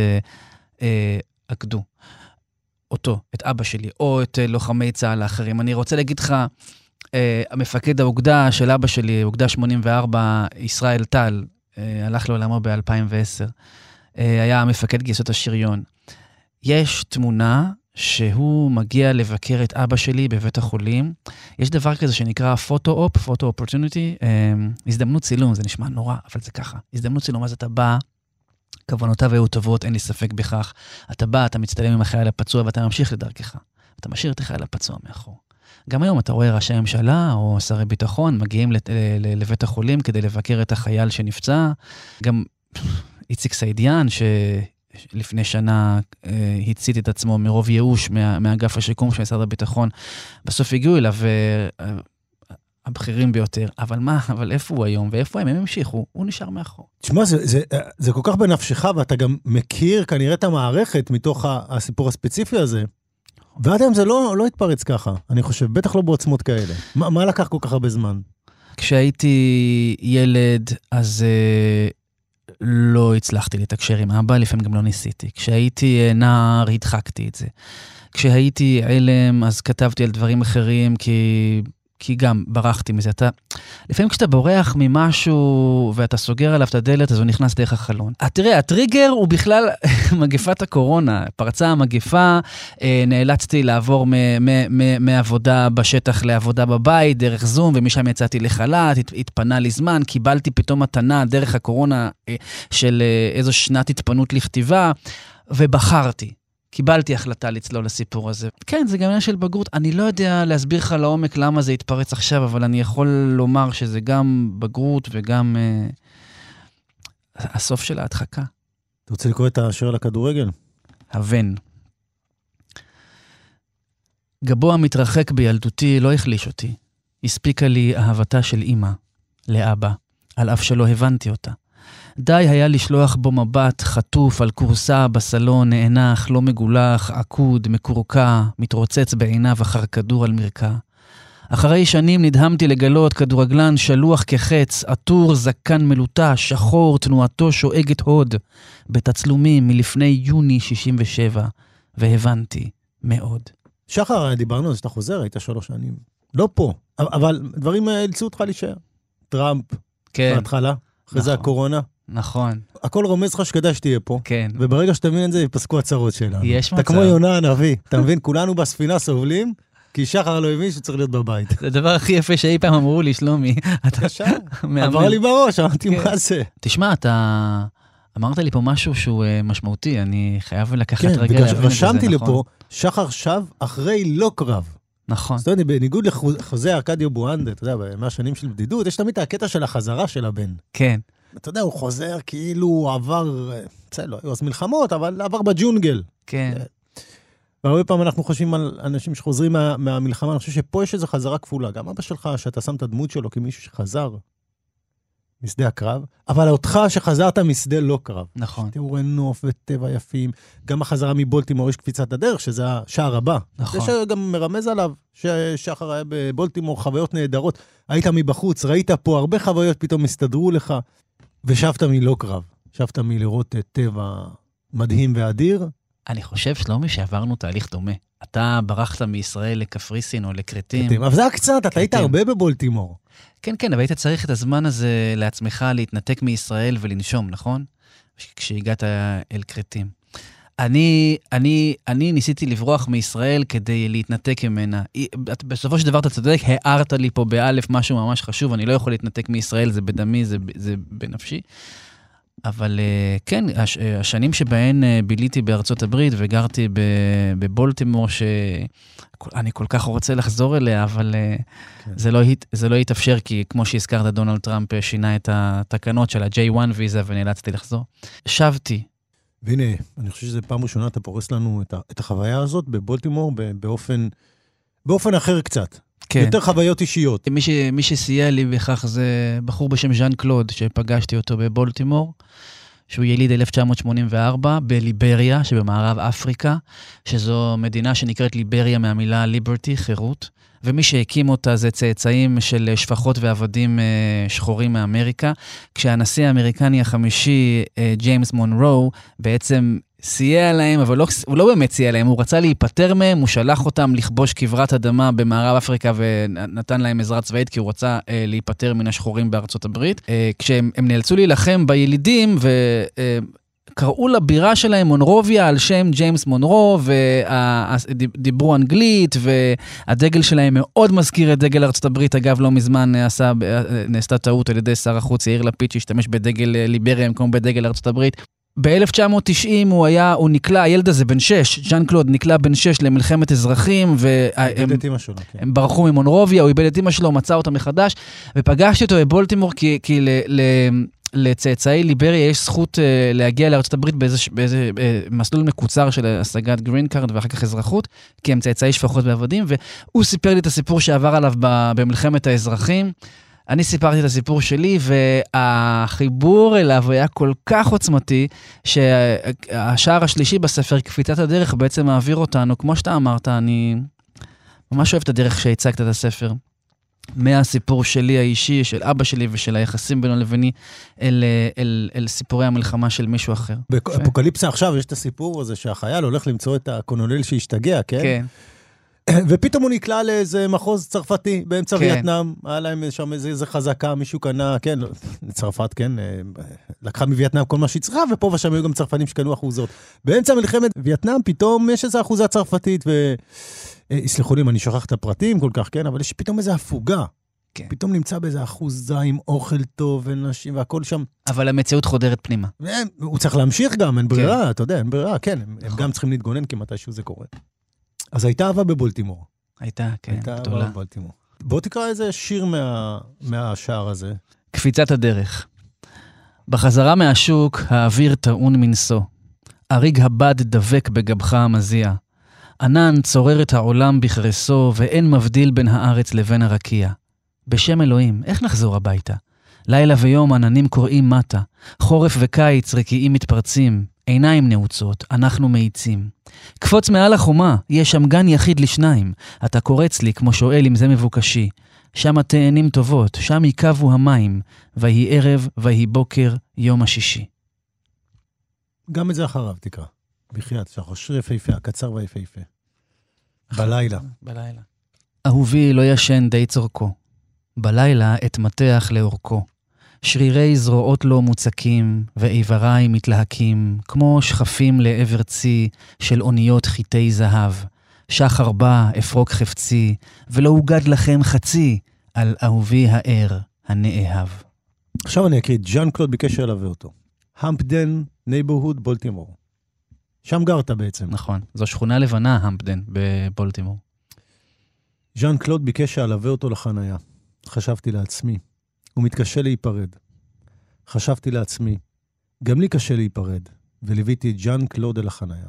עקדו. אותו, את אבא שלי, או את לוחמי צה"ל האחרים. אני רוצה להגיד לך, המפקד האוגדה של אבא שלי, אוגדה 84, ישראל טל, הלך לעולמו ב-2010, היה מפקד גיסות השריון. יש תמונה שהוא מגיע לבקר את אבא שלי בבית החולים. יש דבר כזה שנקרא פוטו-אופ, פוטו-אופורטוניטי, הזדמנות צילום, זה נשמע נורא, אבל זה ככה. הזדמנות צילום, אז אתה בא, כוונותיו היו טובות, אין לי ספק בכך. אתה בא, אתה מצטלם עם החייל הפצוע, ואתה ממשיך לדרכך. אתה משאיר את החייל הפצוע מאחור. גם היום אתה רואה ראשי הממשלה או שרי ביטחון מגיעים לבית החולים כדי לבקר את החייל שנפצע. גם איציק סעידיאן, שלפני שנה הצית את עצמו מרוב ייאוש מאגף השיקום של משרד הביטחון, בסוף הגיעו אליו הבכירים ביותר. אבל מה? אבל איפה הוא היום? ואיפה הם המשיכו? הוא נשאר מאחור. תשמע, זה כל כך בנפשך, ואתה גם מכיר כנראה את המערכת מתוך הסיפור הספציפי הזה. ועד היום זה לא התפרץ ככה, אני חושב, בטח לא בעוצמות כאלה. מה לקח כל כך הרבה זמן? כשהייתי ילד, אז לא הצלחתי לתקשר עם אבא, לפעמים גם לא ניסיתי. כשהייתי נער, הדחקתי את זה. כשהייתי עלם, אז כתבתי על דברים אחרים, כי גם ברחתי מזה. לפעמים כשאתה בורח ממשהו ואתה סוגר עליו את הדלת, אז הוא נכנס דרך החלון. תראה, הטריגר הוא בכלל מגפת הקורונה. פרצה המגפה, נאלצתי לעבור מעבודה בשטח לעבודה בבית, דרך זום, ומשם יצאתי לחל"ת, התפנה לי זמן, קיבלתי פתאום מתנה דרך הקורונה של איזו שנת התפנות לכתיבה, ובחרתי. קיבלתי החלטה לצלול לסיפור הזה. כן, זה גם עניין של בגרות. אני לא יודע להסביר לך לעומק למה זה יתפרץ עכשיו, אבל אני יכול לומר שזה גם בגרות וגם הסוף של ההדחקה. אתה רוצה לקרוא את השיר על הכדורגל? הבן. גבו המתרחק בילדותי לא החליש אותי. הספיקה לי אהבתה של אמא לאבא, על אף שלא הבנתי אותה. די היה לשלוח בו מבט חטוף על קורסה בסלון, נאנח, לא מגולח, עקוד, מקורקע, מתרוצץ בעיניו אחר כדור על מרקע. אחרי שנים נדהמתי לגלות כדורגלן שלוח כחץ, עטור, זקן מלוטה, שחור, תנועתו שואגת הוד, בתצלומים מלפני יוני 67, והבנתי מאוד. שחר, דיברנו על זה שאתה חוזר, היית 3 שנים. לא פה, אבל דברים אילצו אותך להישאר. טראמפ, כן. בהתחלה, אחרי זה הקורונה. נכון. הכל רומז לך שכדאי שתהיה פה. כן. וברגע שאתה מבין את זה, יפסקו הצרות שלנו. יש מצב. אתה כמו יונה הנביא. אתה מבין, כולנו בספינה סובלים, כי שחר לא הבין שצריך להיות בבית. זה הדבר הכי יפה שאי פעם אמרו לי, שלומי. קשה. עבר לי בראש, אמרתי מה זה. תשמע, אתה אמרת לי פה משהו שהוא משמעותי, אני חייב לקחת רגע להבין את זה, נכון? רשמתי לפה, שחר שב אחרי לא קרב. נכון. זאת אומרת, בניגוד לחוזה ארקדיו בואנדה, אתה יודע, מהשנים של בדידות, יש תמיד הקטע של החזרה של הבן. כן. אתה יודע, הוא חוזר כאילו הוא עבר, בסדר, לא היו אז מלחמות, אבל עבר בג'ונגל. כן. והרבה פעמים אנחנו חושבים על אנשים שחוזרים מהמלחמה, אני חושב שפה יש איזו חזרה כפולה. גם אבא שלך, שאתה שם את הדמות שלו כמישהו שחזר משדה הקרב, אבל אותך שחזרת משדה לא קרב. נכון. תיאורי נוף וטבע יפים. גם החזרה מבולטימור יש קפיצת הדרך, שזה השער הבא. נכון. זה שגם מרמז עליו, ששחר היה בבולטימור, חוויות נהדרות. היית מבחוץ, ראית פה הרבה חוויות פתאום הסתדרו לך, ושבת מלא קרב. שבת מלראות טבע מדהים ואדיר. אני חושב, שלומי, שעברנו תהליך דומה. אתה ברחת מישראל לקפריסין או לקרטים. אבל זה היה קצת, אתה היית הרבה בבולטימור. כן, כן, אבל היית צריך את הזמן הזה לעצמך להתנתק מישראל ולנשום, נכון? כשהגעת אל קרטים. אני ניסיתי לברוח מישראל כדי להתנתק ממנה. בסופו של דבר אתה צודק, הערת לי פה באלף משהו ממש חשוב, אני לא יכול להתנתק מישראל, זה בדמי, זה בנפשי. אבל כן, השנים שבהן ביליתי בארצות הברית וגרתי בבולטימור, שאני כל כך רוצה לחזור אליה, אבל כן. זה לא יתאפשר, כי כמו שהזכרת, דונלד טראמפ שינה את התקנות של ה-J1 ויזה ונאלצתי לחזור. שבתי. והנה, אני חושב שזה פעם ראשונה, אתה פורס לנו את החוויה הזאת בבולטימור באופן אחר קצת. כן. יותר חוויות אישיות. מי שסייע לי בכך זה בחור בשם ז'אן קלוד, שפגשתי אותו בבולטימור, שהוא יליד 1984 בליבריה, שבמערב אפריקה, שזו מדינה שנקראת ליבריה מהמילה ליברטי, חירות, ומי שהקים אותה זה צאצאים של שפחות ועבדים שחורים מאמריקה, כשהנשיא האמריקני החמישי, ג'יימס מונרו, בעצם סייע להם, אבל הוא לא באמת סייע להם, הוא רצה להיפטר מהם, הוא שלח אותם לכבוש כברת אדמה במערב אפריקה, ונתן להם עזרה צבאית, כי הוא רצה להיפטר מן השחורים בארצות הברית. כשהם נאלצו להילחם בילידים, קראו לבירה שלהם מונרוביה על שם ג'יימס מונרו, ודיברו אנגלית, והדגל שלהם מאוד מזכיר את דגל ארצות הברית. אגב, לא מזמן נעשתה טעות על ידי שר החוץ יאיר לפיד, שהשתמש בדגל ליבריה במקום בדגל ארצות הברית. ב-1990 הוא נקלע, הילד הזה בן 6, ז'אן קלוד נקלע בן 6 למלחמת אזרחים, והם ברחו ממונרוביה, הוא איבד את אמא שלו, מצא אותה מחדש, ופגשתי אותו בבולטימור, כי לצאצאי ליבריה יש זכות להגיע לארצות הברית באיזה מסלול מקוצר של השגת גרין קארד ואחר כך אזרחות, כי הם צאצאי שפחות ועבדים, והוא סיפר לי את הסיפור שעבר עליו במלחמת האזרחים. אני סיפרתי את הסיפור שלי, והחיבור אליו היה כל כך עוצמתי, שהשער השלישי בספר, קפיצת הדרך, בעצם מעביר אותנו, כמו שאתה אמרת, אני ממש אוהב את הדרך שהצגת את הספר. מהסיפור שלי האישי, של אבא שלי ושל היחסים בינו לביני, אל סיפורי המלחמה של מישהו אחר. באפוקליפסה עכשיו יש את הסיפור הזה שהחייל הולך למצוא את הקולונל שהשתגע, כן? כן. ופתאום הוא נקלע לאיזה מחוז צרפתי באמצע וייטנאם, היה להם שם איזה חזקה, מישהו קנה, כן, צרפת, כן, לקחה מווייטנאם כל מה שהיא צריכה, ופה ושם היו גם צרפנים שקנו אחוזות. באמצע מלחמת וייטנאם פתאום יש איזו אחוזה צרפתית, יסלחו לי אם אני שוכח את הפרטים כל כך, כן, אבל יש פתאום איזו הפוגה. כן. פתאום נמצא באיזה אחוזה עם אוכל טוב ונשים והכל שם. אבל המציאות חודרת פנימה. הוא צריך להמשיך גם, אין ברירה, אתה יודע, אין ברירה, כן, הם גם צריכים להתגונן כי מתישהו זה קורה. אז הייתה אהבה בבולטימור. הייתה, כן, גדולה. הייתה אהבה בבולטימור. בוא תקרא איזה שיר מהשער הזה. קפיצת הדרך. בחזרה מהשוק, האוויר טעון מנסו. אריג הבד דבק בגבך המזיע. ענן צורר את העולם בחרסו, ואין מבדיל בין הארץ לבין הרקיע. בשם אלוהים, איך נחזור הביתה? לילה ויום עננים קוראים מטה. חורף וקיץ רקיעים מתפרצים. עיניים נעוצות, אנחנו מאיצים. קפוץ מעל החומה, יש שם גן יחיד לשניים. אתה קורץ לי כמו שואל אם זה מבוקשי. שם התאנים טובות, שם יקבו המים. ויהי ערב, ויהי בוקר, יום השישי. גם את זה אחריו תקרא. בחייאת, שהחושר יפהפה, הקצר ויפהפה. בלילה. בלילה. אהובי לא ישן די צורכו. בלילה את מתח לאורכו. שרירי זרועות לא מוצקים, ואיבריי מתלהקים, כמו שכפים לעבר צי של אוניות חיטי זהב. שחר בא, אפרוק חפצי, ולא הוגד לכם חצי, על אהובי הער, הנאהב. עכשיו אני אקריא, ז'אן קלוד ביקש ללווה אותו. המפדן, נייברהוד, בולטימור. שם גרת בעצם. נכון, זו שכונה לבנה, המפדן, בבולטימור. ז'אן קלוד ביקש ללווה אותו לחנייה. חשבתי לעצמי. הוא מתקשה להיפרד. חשבתי לעצמי, גם לי קשה להיפרד, וליוויתי את ז'אן קלוד אל החנייה.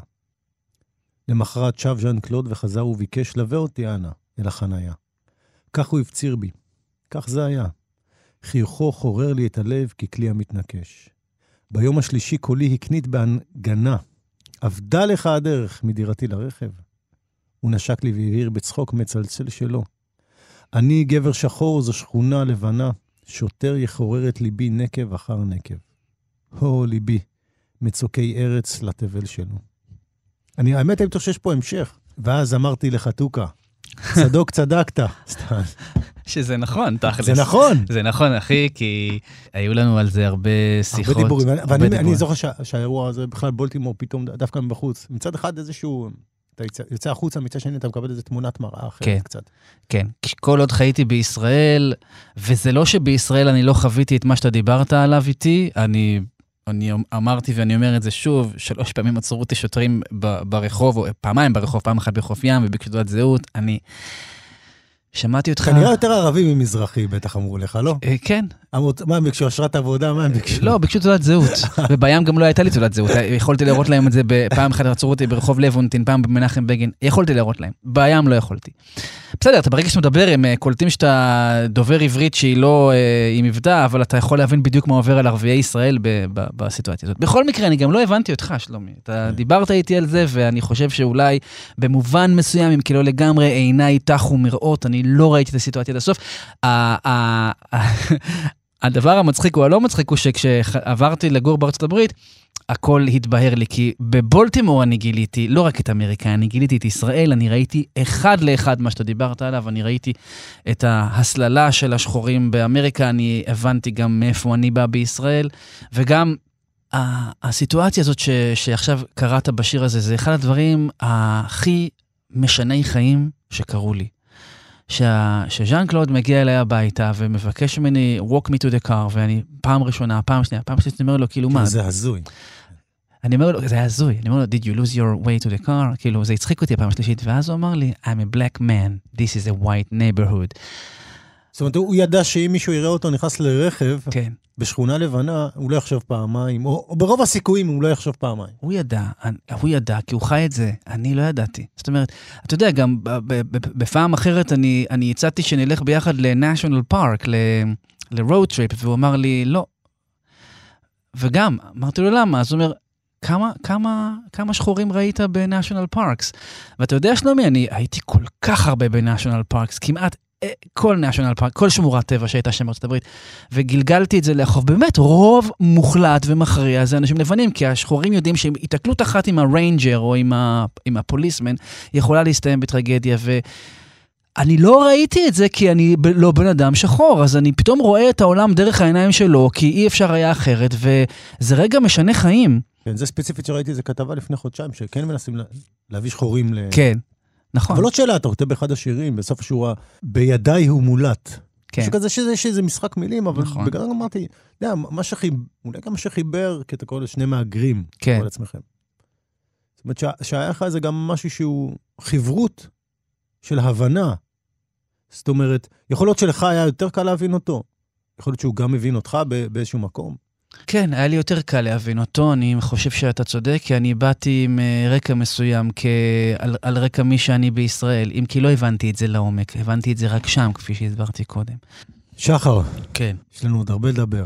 למחרת שב ז'אן קלוד וחזר וביקש לווה אותי אנה אל החנייה. כך הוא הפציר בי. כך זה היה. חיוכו חורר לי את הלב ככלי המתנקש. ביום השלישי קולי הקנית בהנגנה. עבדה לך הדרך מדירתי לרכב. הוא נשק לי והבהיר בצחוק מצלצל שלו. אני גבר שחור, זו שכונה לבנה. שוטר יחורר את ליבי נקב אחר נקב. הו ליבי, מצוקי ארץ לתבל שלו. האמת אני חושב שיש פה המשך. ואז אמרתי לחתוקה, צדוק צדקת. שזה נכון, תכלס. זה נכון. זה נכון, אחי, כי היו לנו על זה הרבה שיחות. הרבה דיבורים, ואני זוכר שהאירוע הזה, בכלל בולטימור פתאום דווקא מבחוץ. מצד אחד איזשהו, אתה יוצא החוצה, מצד שני אתה מקבל איזו תמונת מראה אחרת קצת. כן, כל עוד חייתי בישראל, וזה לא שבישראל אני לא חוויתי את מה שאתה דיברת עליו איתי, אני אמרתי ואני אומר את זה שוב, 3 פעמים עצרו אותי שוטרים ברחוב, או פעמיים ברחוב, פעם אחת בחוף ים, וביקשו תעודת זהות, אני שמעתי אותך... כנראה יותר ערבי ממזרחי, בטח אמרו לך, לא? כן. מה הם ביקשו? אשרת עבודה? מה הם ביקשו? לא, ביקשו תעודת זהות. ובים גם לא הייתה לי תעודת זהות. יכולתי לראות להם את זה פעם אחת, עצרו אותי ברחוב לבונטין, פעם במנחם בגין. יכולתי לראות להם. בים לא יכולתי. בסדר, אתה ברגע שאתה מדבר, הם קולטים שאתה דובר עברית שהיא לא עם מבטא, אבל אתה יכול להבין בדיוק מה עובר על ערביי ישראל בסיטואציה הזאת. בכל מקרה, אני גם לא הבנתי אותך, שלומי. אתה דיברת איתי על זה, ואני חושב שאולי במובן מסוים, אם כי לא לגמרי, עיניי תחו מראות, אני לא ראיתי את הסיטואציה עד הסוף. הדבר המצחיק או הלא מצחיק הוא שכשעברתי לגור בארצות הברית, הכל התבהר לי, כי בבולטימור אני גיליתי, לא רק את אמריקה, אני גיליתי את ישראל, אני ראיתי אחד לאחד מה שאתה דיברת עליו, אני ראיתי את ההסללה של השחורים באמריקה, אני הבנתי גם מאיפה אני בא בישראל, וגם הסיטואציה הזאת שעכשיו קראת בשיר הזה, זה אחד הדברים הכי משני חיים שקרו לי. שז'אן קלוד מגיע אליי הביתה ומבקש ממני walk me to the car, ואני פעם ראשונה, פעם שנייה, פעם שנייה, אני אומר לו, כאילו מה? זה הזוי. אני אומר לו, זה הזוי. אני אומר לו, did you lose your way to the car? כאילו, זה הצחיק אותי הפעם השלישית, ואז הוא אמר לי, I'm a black man, this is a white neighborhood. זאת אומרת, הוא ידע שאם מישהו יראה אותו נכנס לרכב, כן. בשכונה לבנה, הוא לא יחשוב פעמיים, או ברוב הסיכויים הוא לא יחשוב פעמיים. הוא ידע, כי הוא חי את זה, אני לא ידעתי. זאת אומרת, אתה יודע, גם בפעם אחרת אני הצעתי שנלך ביחד לנשיונל פארק, לרוד טריפ, והוא אמר לי, לא. וגם, אמרתי לו למה, אז הוא אומר, כמה שחורים ראית בנשיונל פארקס? ואתה יודע, שלומי, אני הייתי כל כך הרבה בנשיונל פארקס, כמעט כל נשיונל פארק, כל שמורת טבע שהייתה שם בארצות הברית, וגלגלתי את זה לחוף. באמת, רוב מוחלט ומכריע זה אנשים לבנים, כי השחורים יודעים שהם התקלות אחת עם הריינג'ר או עם הפוליסמן, יכולה להסתיים בטרגדיה, ואני לא ראיתי את זה כי אני לא בן אדם שחור, אז אני פתאום רואה את העולם דרך העיניים שלו, כי אי אפשר היה אחרת, וזה רגע משנה חיים. כן, זה ספציפית שראיתי, זה כתבה לפני חודשיים, שכן מנסים להביא שחורים כן. נכון. אבל עוד שאלה, אתה כותב באחד השירים, בסוף השורה, בידיי הוא מולט. כן. משהו כזה שזה משחק מילים, אבל נכון. בגלל אמרתי, אולי גם מה שחיבר, כי אתה קורא לשני מהגרים, כן. כל עצמכם. זאת אומרת, שהיה לך זה גם משהו שהוא חברות של הבנה. זאת אומרת, יכול להיות שלך היה יותר קל להבין אותו. יכול להיות שהוא גם מבין אותך באיזשהו מקום. כן, היה לי יותר קל להבין אותו, אני חושב שאתה צודק, כי אני באתי עם רקע מסוים, על רקע מי שאני בישראל, אם כי לא הבנתי את זה לעומק, הבנתי את זה רק שם, כפי שהסברתי קודם. שחר, כן. יש לנו עוד הרבה לדבר.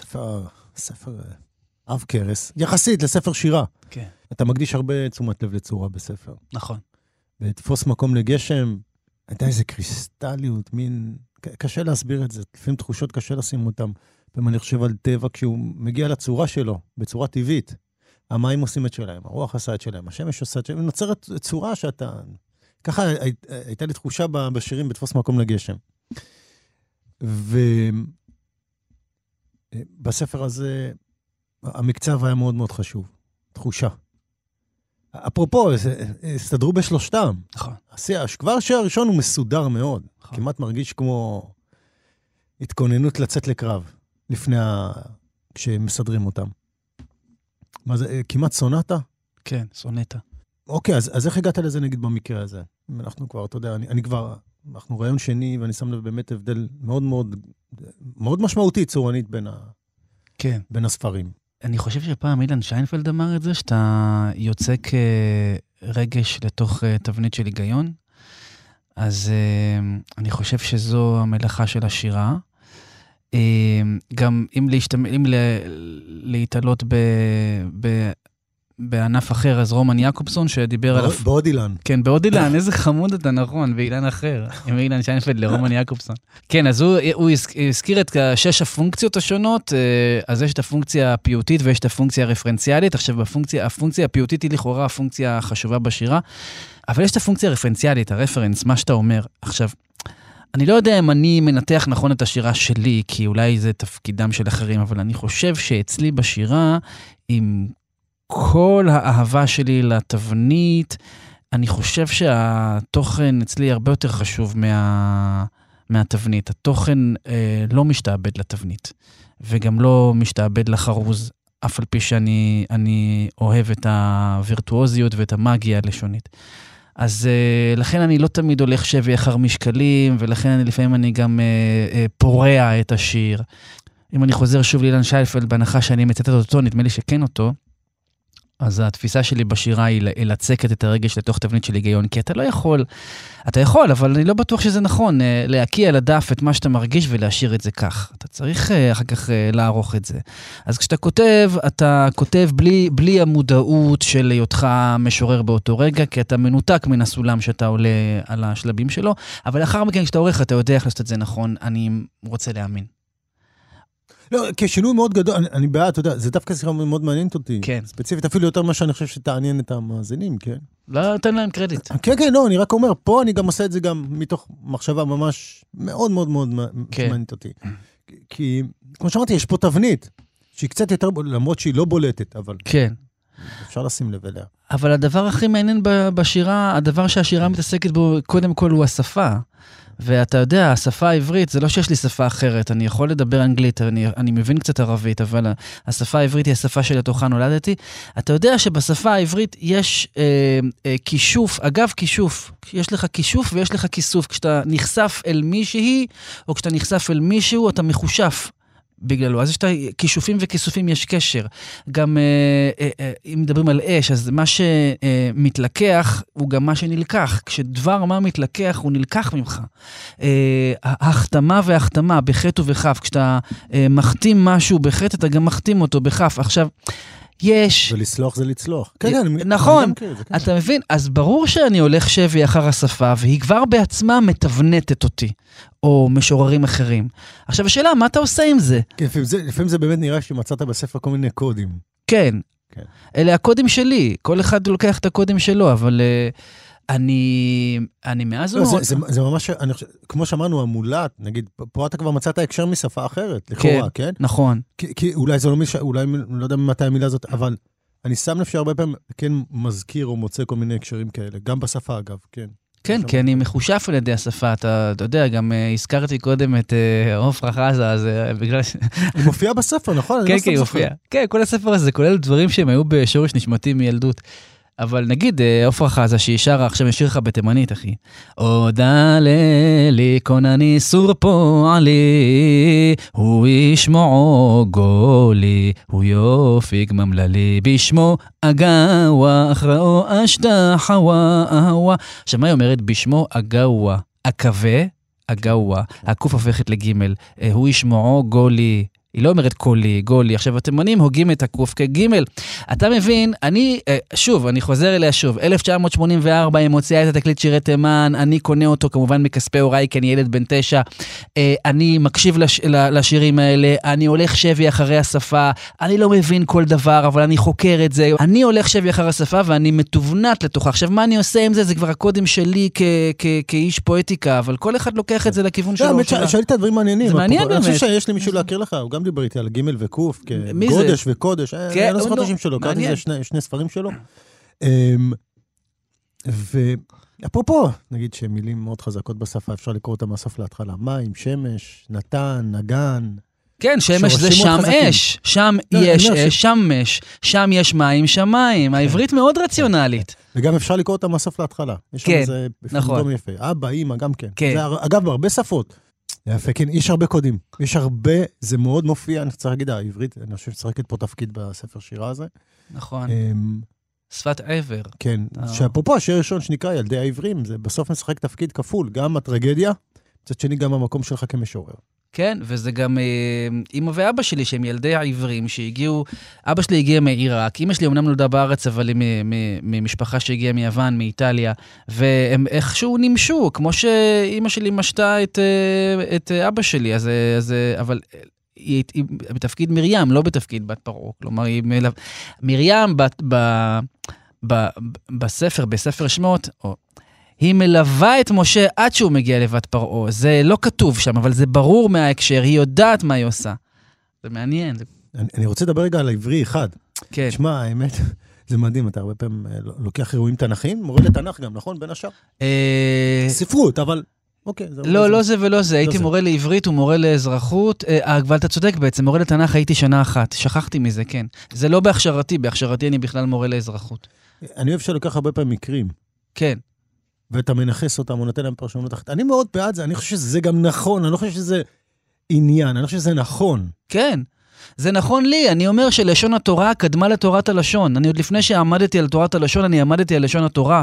ספר אב קרס, יחסית לספר שירה. כן. אתה מקדיש הרבה תשומת לב לצורה בספר. נכון. ותפוס מקום לגשם, הייתה איזה קריסטליות, מין, קשה להסביר את זה, לפעמים תחושות קשה לשים אותם. פעם אני חושב על טבע כשהוא מגיע לצורה שלו, בצורה טבעית. המים עושים את שלהם, הרוח עשה את שלהם, השמש עושה את שלהם, ונוצרת צורה שאתה... ככה הייתה לי תחושה בשירים בתפוס מקום לגשם. ובספר הזה, המקצב היה מאוד מאוד חשוב. תחושה. אפרופו, הסתדרו בשלושתם. נכון. כבר השיר הראשון הוא מסודר מאוד. נכון. כמעט מרגיש כמו התכוננות לצאת לקרב. לפני כשמסדרים אותם. מה זה, כמעט סונטה? כן, סונטה. אוקיי, אז איך הגעת לזה נגיד במקרה הזה? אנחנו כבר, אתה יודע, אנחנו רעיון שני, ואני שם לב באמת הבדל מאוד מאוד, מאוד משמעותי, צורנית בין הספרים. אני חושב שפעם אילן שיינפלד אמר את זה, שאתה יוצא כרגש לתוך תבנית של היגיון, אז אני חושב שזו המלאכה של השירה, גם אם להתעלות בענף אחר, אז רומן יעקובסון שדיבר על... באודילן. כן, באודילן, איזה חמוד אתה, נכון, באילן אחר, עם אילן שיינפלד לרומן יעקובסון. כן, אז הוא הזכיר את 6 הפונקציות השונות, אז יש את הפונקציה הפיוטית ויש את הפונקציה הרפרנציאלית, עכשיו הפונקציה הפיוטית היא לכאורה הפונקציה החשובה בשירה, אבל יש את הפונקציה הרפרנציאלית, הרפרנס, מה שאתה אומר. עכשיו, אני לא יודע אם אני מנתח נכון את השירה שלי, כי אולי זה תפקידם של אחרים, אבל אני חושב שאצלי בשירה, עם כל האהבה שלי לתבנית, אני חושב שהתוכן אצלי הרבה יותר חשוב מהתבנית. התוכן לא משתעבד לתבנית, וגם לא משתעבד לחרוז, אף על פי שאני אוהב את הווירטואוזיות ואת המאגיה הלשונית. אז לכן אני לא תמיד הולך שבי אחר משקלים, ולכן לפעמים אני גם פורע את השיר. אם אני חוזר שוב לאילן שיינפלד, בהנחה שאני מצטט אותו, נדמה לי שכן אותו, אז התפיסה שלי בשירה היא לצקת את הרגש לתוך תבנית של היגיון, כי אתה לא יכול, אתה יכול, אבל אני לא בטוח שזה נכון, להקיע לדף את מה שאתה מרגיש ולהשאיר את זה כך. אתה צריך אחר כך לערוך את זה. אז כשאתה כותב, אתה כותב בלי המודעות של היותך משורר באותו רגע, כי אתה מנותק מן הסולם שאתה עולה על השלבים שלו, אבל לאחר מכן כשאתה עורך, אתה יודע איך לעשות את זה נכון, אני רוצה להאמין. לא, כשינוי מאוד גדול, אני בעד, אתה יודע, זה דווקא שיחה מאוד מעניינת אותי. כן. ספציפית, אפילו יותר מה שאני חושב שתעניין את המאזינים, כן? לא, תן להם קרדיט. כן, כן, לא, אני רק אומר, פה אני גם עושה את זה גם מתוך מחשבה ממש מאוד מאוד מאוד מעניינת אותי. כי, כמו שאמרתי, יש פה תבנית, שהיא קצת יותר, למרות שהיא לא בולטת, אבל... כן. אפשר לשים לב אליה. אבל הדבר הכי מעניין בשירה, הדבר שהשירה מתעסקת בו, קודם כל הוא השפה. ואתה יודע, השפה העברית, זה לא שיש לי שפה אחרת, אני יכול לדבר אנגלית, אני מבין קצת ערבית, אבל השפה העברית היא השפה שלתוכה נולדתי. אתה יודע שבשפה העברית יש כישוף, אגב כישוף, יש לך כישוף ויש לך כיסוף, כשאתה נחשף אל מישהי, או כשאתה נחשף אל מישהו, אתה מחושף. בגללו. אז יש את הכישופים וכיסופים, יש קשר. גם אם מדברים על אש, אז מה שמתלקח הוא גם מה שנלקח. כשדבר מה מתלקח, הוא נלקח ממך. ההחתמה וההחתמה, בחטא ובכף. כשאתה מחתים משהו בחטא, אתה גם מחתים אותו בכף. עכשיו, יש... ולסלוח זה לצלוח. כן, נכון, אתה מבין? אז ברור שאני הולך שבי אחר השפה, והיא כבר בעצמה מתבנתת אותי, או משוררים אחרים. עכשיו, השאלה, מה אתה עושה עם זה? כן, לפעמים זה באמת נראה שמצאת בספר כל מיני קודים. כן, אלה הקודים שלי, כל אחד לוקח את הקודים שלו, אבל... אני מאז לא, זה ממש, כמו שאמרנו, המולט, נגיד, פה אתה כבר מצאת הקשר משפה אחרת, לכאורה, כן? נכון. כי אולי זה אולי לא יודע מתי המילה הזאת, אבל אני שם לב שהרבה פעמים כן מזכיר או מוצא כל מיני הקשרים כאלה, גם בשפה אגב, כן. כן, כי אני מחושף על ידי השפה, אתה יודע, גם הזכרתי קודם את עופרה חזה, אז בגלל ש... היא מופיעה בספר, נכון? כן, כן, היא מופיעה. כן, כל הספר הזה כולל דברים שהם היו בשורש נשמתי מילדות. אבל נגיד, עופרה חזה, שהיא שרה, עכשיו נשאיר לך בתימנית, אחי. עודה לי, קונני סור פועלי, הוא ישמעו גולי, הוא יופי גממללי, בשמו אגאווה, אחראו אשתה חווה אהווה. עכשיו, מה היא אומרת? בשמו אגאווה, אקווה, אגאווה, הקוף הופכת לגימל, הוא ישמעו גולי, היא לא אומרת קולי, גולי. עכשיו, התימנים הוגים את הקוף כגימל. אתה מבין, שוב, אני חוזר אליה שוב, 1984, היא מוציאה את התקליט שירי תימן, אני קונה אותו כמובן מכספי הוריי, כי אני ילד בן 9, אני מקשיב לשירים האלה, אני הולך שבי אחרי השפה, אני לא מבין כל דבר, אבל אני חוקר את זה, אני הולך שבי אחרי השפה, ואני מתובנת לתוכה. עכשיו, מה אני עושה עם זה? זה כבר הקודים שלי כאיש פואטיקה, אבל כל אחד לוקח את זה לכיוון שלו. שאלת דברים מעניינים. זה מעניין באמת. אני חושב שיש לי מישהו להכיר לך, הוא גם דיבר איתי על גימל וקוף, גודש וקודש, אני לא זוכר את השם שלו, קראתי את זה שני ספרים שלו. ואפרופו, נגיד שמילים מאוד חזקות בשפה, אפשר לקרוא אותם מהסוף להתחלה, מים, שמש, נתן, נגן. כן, שמש זה שם אש, שם יש אש, שמש, שם יש מים, שמיים, העברית מאוד רציונלית. וגם אפשר לקרוא אותם מהסוף להתחלה. כן, נכון. אבא, אמא, גם כן. אגב, בהרבה שפות. יפה, כן, יש הרבה קודים. יש הרבה, זה מאוד מופיע, אני צריך להגיד, העברית, אני חושב שצריכת פה תפקיד בספר שירה הזה. נכון. שפת עבר. כן, שאפרופו, השיר הראשון שנקרא ילדי העברים, זה בסוף משחק תפקיד כפול, גם הטרגדיה, מצד שני גם המקום שלך כמשורר. כן, וזה גם אמא ואבא שלי, שהם ילדי העברים שהגיעו, אבא שלי הגיע מעיראק, אמא שלי אמנם נולדה בארץ, אבל היא ממשפחה שהגיעה מיוון, מאיטליה, והם איכשהו נמשו, כמו שאמא שלי משתה את אבא שלי, אבל היא בתפקיד מרים, לא בתפקיד בת פרעה, כלומר, מרים בספר שמות, היא מלווה את משה עד שהוא מגיע לבת פרעה. זה לא כתוב שם, אבל זה ברור מההקשר, היא יודעת מה היא עושה. זה מעניין. אני רוצה לדבר רגע על העברי אחד. כן. תשמע, האמת, זה מדהים, אתה הרבה פעמים לוקח אירועים תנכיים, מורה לתנ"ך גם, נכון? בין השאר? ספרות, אבל... אוקיי. לא זה ולא זה, הייתי מורה לעברית ומורה לאזרחות, אבל אתה צודק בעצם, מורה לתנ"ך הייתי שנה אחת, שכחתי מזה, כן. זה לא בהכשרתי, בהכשרתי אני בכלל מורה לאזרחות. אני אוהב שלוקח הרבה פעמים מקרים. כן. ואתה מנחס אותם, הוא נותן להם פרשנות אחת. אני מאוד בעד זה, אני חושב שזה גם נכון, אני לא חושב שזה עניין, אני חושב שזה נכון. כן. זה נכון לי, אני אומר שלשון התורה קדמה לתורת הלשון. אני עוד לפני שעמדתי על תורת הלשון, אני עמדתי על לשון התורה.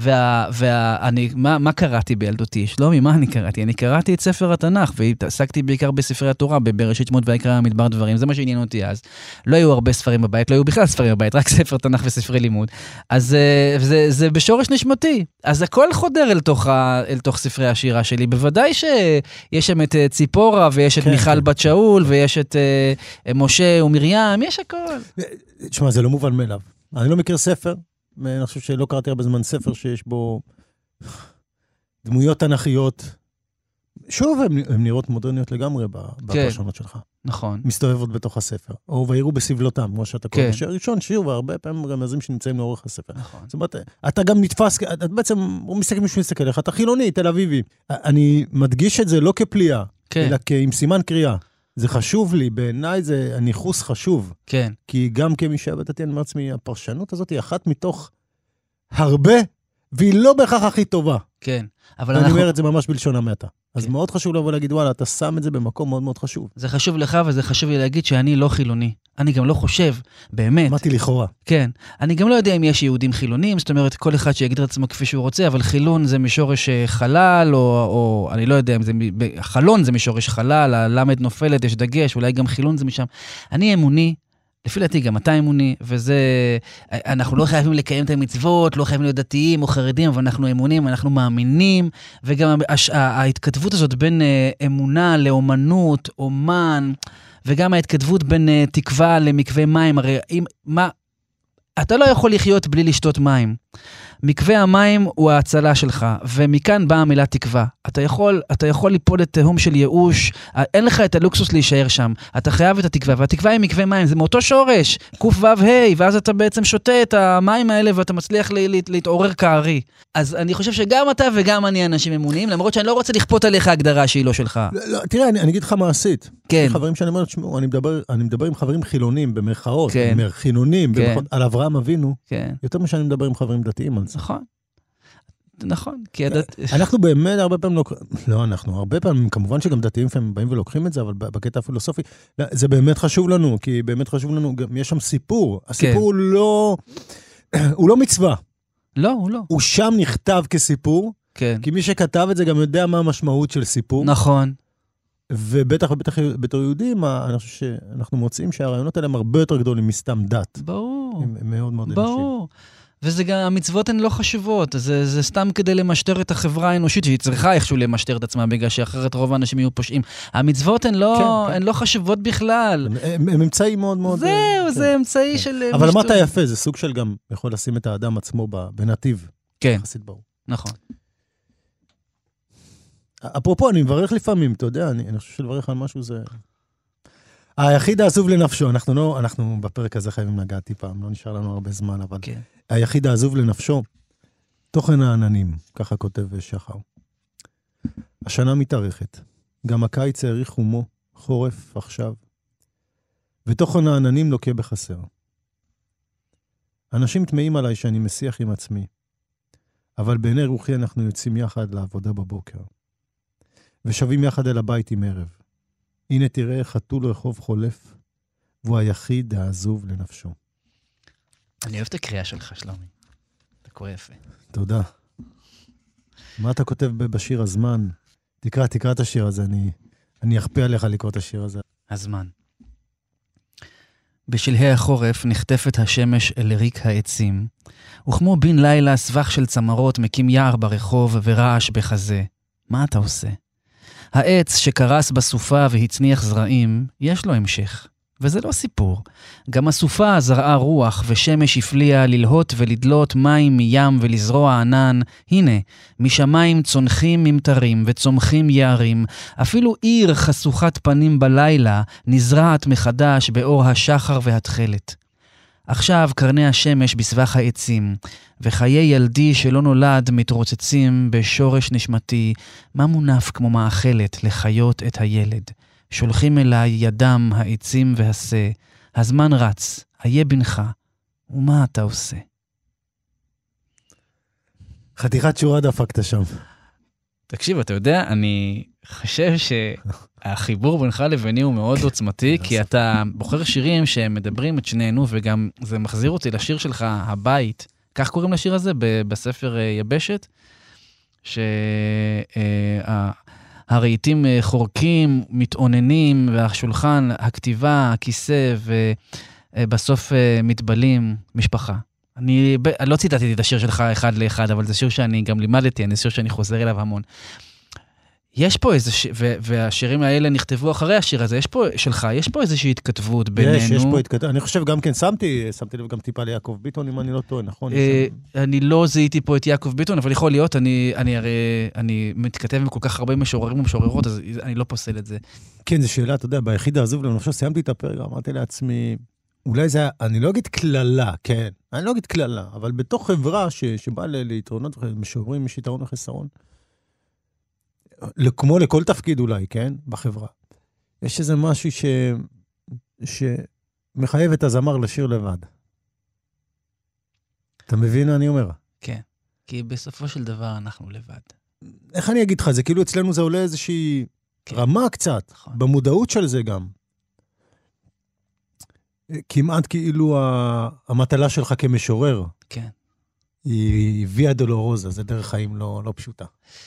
מה קראתי בילדותי? שלומי, מה אני קראתי? אני קראתי את ספר התנ"ך, והתעסקתי בעיקר בספרי התורה, בבראשית שמות ויקרא במדבר דברים. זה מה שעניין אותי אז. לא היו הרבה ספרים בבית, לא היו בכלל ספרים בבית, רק ספר תנ"ך וספרי לימוד. אז זה בשורש נשמתי. אז הכל חודר אל תוך ספרי השירה שלי. בוודאי שיש שם את ציפורה, ויש את מיכל בת שאול, ויש את משה ומרים, יש הכל. תשמע, זה לא מובן מאליו. אני לא מכיר ספר, אני חושב שלא קראתי הרבה זמן ספר שיש בו דמויות תנכיות. שוב, הן נראות מודרניות לגמרי בפרשנות שלך. נכון. מסתובבות בתוך הספר. או ויראו בסבלותם, כמו שאתה קורא. שיר ראשון, שיר, והרבה פעמים רמזים שנמצאים לאורך הספר. נכון. זאת אומרת, אתה גם נתפס, אתה בעצם, מישהו מסתכל לך, אתה חילוני, תל אביבי. אני מדגיש את זה לא כפליאה, אלא עם סימן קריאה. זה חשוב לי, בעיניי זה הניחוס חשוב. כן. כי גם כמי שעבדתי, אני אומר לעצמי, הפרשנות הזאת היא אחת מתוך הרבה, והיא לא בהכרח הכי טובה. כן. אני אומר את זה ממש בלשון המעטה. אז מאוד חשוב לבוא להגיד, וואלה, אתה שם את זה במקום מאוד מאוד חשוב. זה חשוב לך, וזה חשוב לי להגיד שאני לא חילוני. אני גם לא חושב, באמת. אמרתי לכאורה. כן. אני גם לא יודע אם יש יהודים חילונים, זאת אומרת, כל אחד שיגיד את עצמו כפי שהוא רוצה, אבל חילון זה משורש חלל, או אני לא יודע אם זה, חלון זה משורש חלל, הלמד נופלת, יש דגש, אולי גם חילון זה משם. אני אמוני, לפי דעתי גם אתה אמוני, וזה, אנחנו לא חייבים לקיים את המצוות, לא חייבים להיות דתיים או חרדים, אבל אנחנו אמונים, אנחנו מאמינים, וגם ההתכתבות הזאת בין אמונה לאומנות, אומן, וגם ההתכתבות בין תקווה למקווה מים, הרי אתה לא יכול לחיות בלי לשתות מים. מקווה המים הוא ההצלה שלך, ומכאן באה המילה תקווה. אתה יכול ליפול לתהום של ייאוש, אין לך את הלוקסוס להישאר שם. אתה חייב את התקווה, והתקווה היא מקווה מים, זה מאותו שורש, קוף וו ה', ואז אתה בעצם שותה את המים האלה, ואתה מצליח להתעורר כארי. אז אני חושב שגם אתה וגם אני אנשים אמוניים, למרות שאני לא רוצה לכפות עליך הגדרה שהיא לא שלך. לא, תראה, אני אגיד לך מעשית. כן. חברים שאני אומר, תשמעו, אני מדבר עם חברים חילונים, במרכאות, חילונים, על אברהם אבינו, יותר משאני מדבר עם חברים דתיים על זה. נכון. נכון. אנחנו באמת הרבה פעמים הרבה פעמים, כמובן שגם דתיים לפעמים באים ולוקחים את זה, אבל בקטע הפילוסופי, זה באמת חשוב לנו, כי באמת חשוב לנו, יש שם סיפור. הסיפור הוא לא מצווה. לא, הוא לא. הוא שם נכתב כסיפור, כי מי שכתב את זה גם יודע מה המשמעות של סיפור. נכון. ובטח בתור יהודים, אני חושב שאנחנו מוצאים שהרעיונות האלה הם הרבה יותר גדולים מסתם דת. ברור. הם מאוד מאוד אנושיים. ברור. וזה גם, המצוות הן לא חשובות, זה סתם כדי למשטר את החברה האנושית, שהיא צריכה איכשהו למשטר את עצמה, בגלל שאחרת רוב האנשים יהיו פושעים. המצוות הן לא חשובות בכלל. הם אמצעי מאוד מאוד... זהו, זה אמצעי של... אבל מה אתה יפה, זה סוג של גם יכול לשים את האדם עצמו בנתיב. כן. יחסית ברור. נכון. אפרופו, אני מברך לפעמים, אתה יודע, אני חושב שלברך על משהו זה... היחיד העזוב לנפשו, אנחנו בפרק הזה חייבים לגעת טיפה, לא נשאר לנו הרבה זמן, אבל היחיד העזוב לנפשו, תוכן העננים, ככה כותב שחר. השנה מתארכת, גם הקיץ העריך חומו, חורף עכשיו, ותוכן העננים לוקה בחסר. אנשים תמאים עליי שאני משיח עם עצמי, אבל בעיני רוחי אנחנו יוצאים יחד לעבודה בבוקר, ושבים יחד אל הבית עם ערב. הנה תראה חתול רחוב חולף, והוא היחיד העזוב לנפשו. אני אוהב את הקריאה שלך, שלומי. אתה קורא יפה. תודה. מה אתה כותב בשיר הזמן? תקרא את השיר הזה, אני אכפה עליך לקרוא את השיר הזה. הזמן. בשלהי החורף נחטפת השמש אל ריק העצים, וכמו בן לילה סבך של צמרות מקים יער ברחוב ורעש בחזה. מה אתה עושה? העץ שקרס בסופה והצניח זרעים, יש לו המשך, וזה לא סיפור. גם הסופה זרעה רוח, ושמש הפליאה ללהות ולדלות מים מים ולזרוע ענן. הנה, משמיים צונחים ממטרים וצומחים יערים. אפילו עיר חשוכת פנים בלילה נזרעת מחדש באור השחר והתחלת. עכשיו קרני השמש בסבך העצים, וחיי ילדי שלא נולד מתרוצצים בשורש נשמתי, מה מונף כמו מאכלת לחיות את הילד. שולחים אליי ידם העצים והשה, הזמן רץ, היה בנך, ומה אתה עושה? חתיכת שורה דפקת שם. תקשיב, אתה יודע, אני חושב שהחיבור בינך לביני הוא מאוד עוצמתי, כי אתה בוחר שירים שמדברים את שנינו, וגם זה מחזיר אותי לשיר שלך, הבית. כך קוראים לשיר הזה בספר יבשת, שהרהיטים חורקים, מתעוננים, והשולחן, הכתיבה, הכיסא, ובסוף מתבלים, משפחה. אני לא ציטטתי את השיר שלך אחד לאחד, אבל זה שיר שאני גם לימדתי, זה שיר שאני חוזר אליו המון. יש פה איזה, והשירים האלה נכתבו אחרי השיר הזה, יש פה איזושהי התכתבות בינינו. יש פה התכתבות, אני חושב גם כן, שמתי לב גם טיפה ליעקב ביטון, אם אני לא טועה, נכון? אני לא זיהיתי פה את יעקב ביטון, אבל יכול להיות, אני מתכתב עם כל כך הרבה משוררים ומשוררות, אז אני לא פוסל את זה. כן, זו שאלה, אתה יודע, ביחיד העזוב לנו, עכשיו סיימתי את הפרק, אמרתי לעצמי, אולי זה, אני לא אגיד כללה, כן, אני לא אגיד כללה, אבל בתוך חברה שבאה ליתרונות ומשוררים, יש יתרון וחסרון, כמו לכל תפקיד אולי, כן, בחברה. יש איזה משהו שמחייב את הזמר לשיר לבד. אתה מבין מה אני אומר? כן, כי בסופו של דבר אנחנו לבד. איך אני אגיד לך, זה כאילו אצלנו זה עולה איזושהי רמה קצת, נכון. במודעות של זה גם. כמעט כאילו המטלה שלך כמשורר. כן. היא ויה דולורוזה, זה דרך חיים לא פשוטה.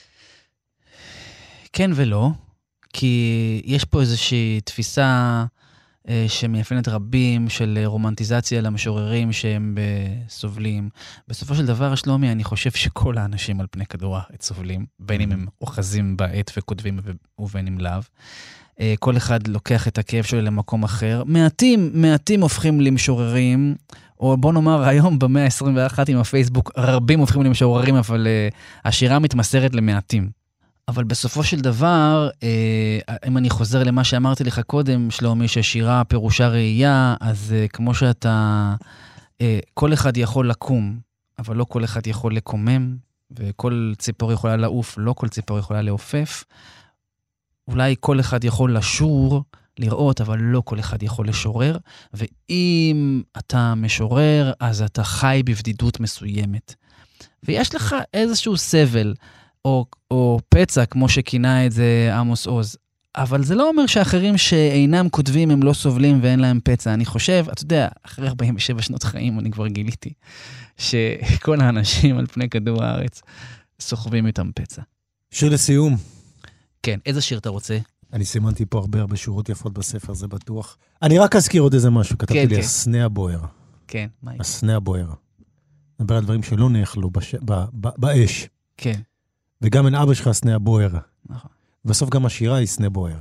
כן ולא, כי יש פה איזושהי תפיסה שמייפיינת רבים של רומנטיזציה למשוררים שהם סובלים. בסופו של דבר, שלומי, אני חושב שכל האנשים על פני כדור הארץ סובלים, בין אם הם אוחזים בעת וכותבים ובין אם לאו. כל אחד לוקח את הכאב שלו למקום אחר. מעטים הופכים למשוררים, או בוא נאמר היום במאה ה-21 עם הפייסבוק, רבים הופכים למשוררים, אבל השירה מתמסרת למעטים. אבל בסופו של דבר, אם אני חוזר למה שאמרתי לך קודם, שלומי, ששירה פירושה ראייה, אז כמו שאתה, כל אחד יכול לקום, אבל לא כל אחד יכול לקומם, וכל ציפור יכולה לעוף, לא כל ציפור יכולה לעופף. אולי כל אחד יכול לשור, לראות, אבל לא כל אחד יכול לשורר, ואם אתה משורר, אז אתה חי בבדידות מסוימת. ויש לך איזשהו סבל, או פצע, כמו שכינה את זה עמוס עוז. אבל זה לא אומר שאחרים שאינם כותבים הם לא סובלים ואין להם פצע. אני חושב, אתה יודע, אחרי 47 שנות חיים אני כבר גיליתי, שכל האנשים על פני כדור הארץ סוחבים איתם פצע. שיר לסיום. כן, איזה שיר אתה רוצה? אני סימנתי פה הרבה שורות יפות בספר, זה בטוח. אני רק אזכיר עוד איזה משהו, כתבתי לי, הסנה הבוער. כן, מה? הסנה הבוער. נדבר על דברים שלא נאכלו באש. כן. וגם אין אבא שלך סנה הבוער. נכון. בסוף גם השירה היא סנה בוער.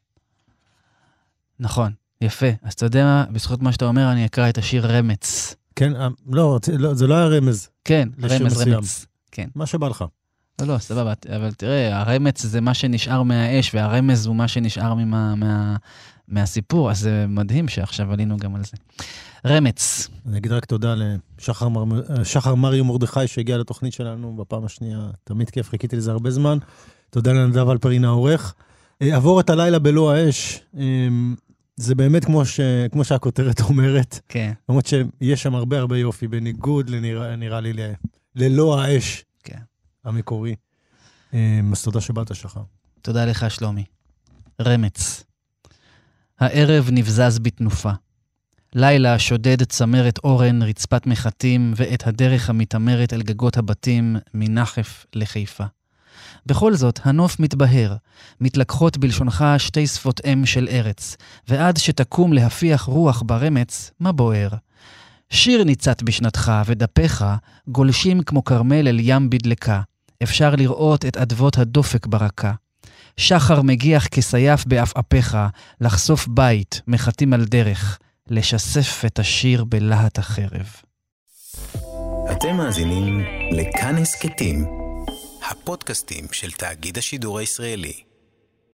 נכון, יפה. אז אתה יודע, בזכות מה שאתה אומר, אני אקרא את השיר רמץ. כן, לא, זה לא היה רמז. כן, רמץ. כן. מה שבא לך. לא, סבבה, אבל תראה, הרמץ זה מה שנשאר מהאש, והרמז הוא מה שנשאר מהסיפור, אז זה מדהים שעכשיו עלינו גם על זה. רמץ. אני אגיד רק תודה לשחר מריו מרדכי שהגיע לתוכנית שלנו בפעם השנייה. תמיד כיף, חיכיתי לזה הרבה זמן. תודה לנדב אלפרין העורך. עבור את הלילה בלא האש. זה באמת כמו שהכותרת אומרת. כן. למרות שיש שם הרבה יופי, בניגוד נראה לי ללא האש. כן. המקורי. אז תודה שבאת, שחר. תודה לך, שלומי. רמץ. הערב נבזז בתנופה. לילה שודד צמרת אורן, רצפת מחטים, ואת הדרך המתאמרת אל גגות הבתים מנחף לחיפה. בכל זאת, הנוף מתבהר, מתלקחות בלשונך שתי שפות אם של ארץ, ועד שתקום להפיח רוח ברמץ, מה בוער? שיר ניצת בשנתך ודפיך גולשים כמו קרמל אל ים בדלקה. אפשר לראות את עדבות הדופק ברקה. שחר מגיח כסייף באפאפיך, לחשוף בית, מחתים על דרך, לשסף את השיר בלהט החרב. אתם מאזינים לכאן הסכתים, הפודקאסטים של תאגיד השידור הישראלי.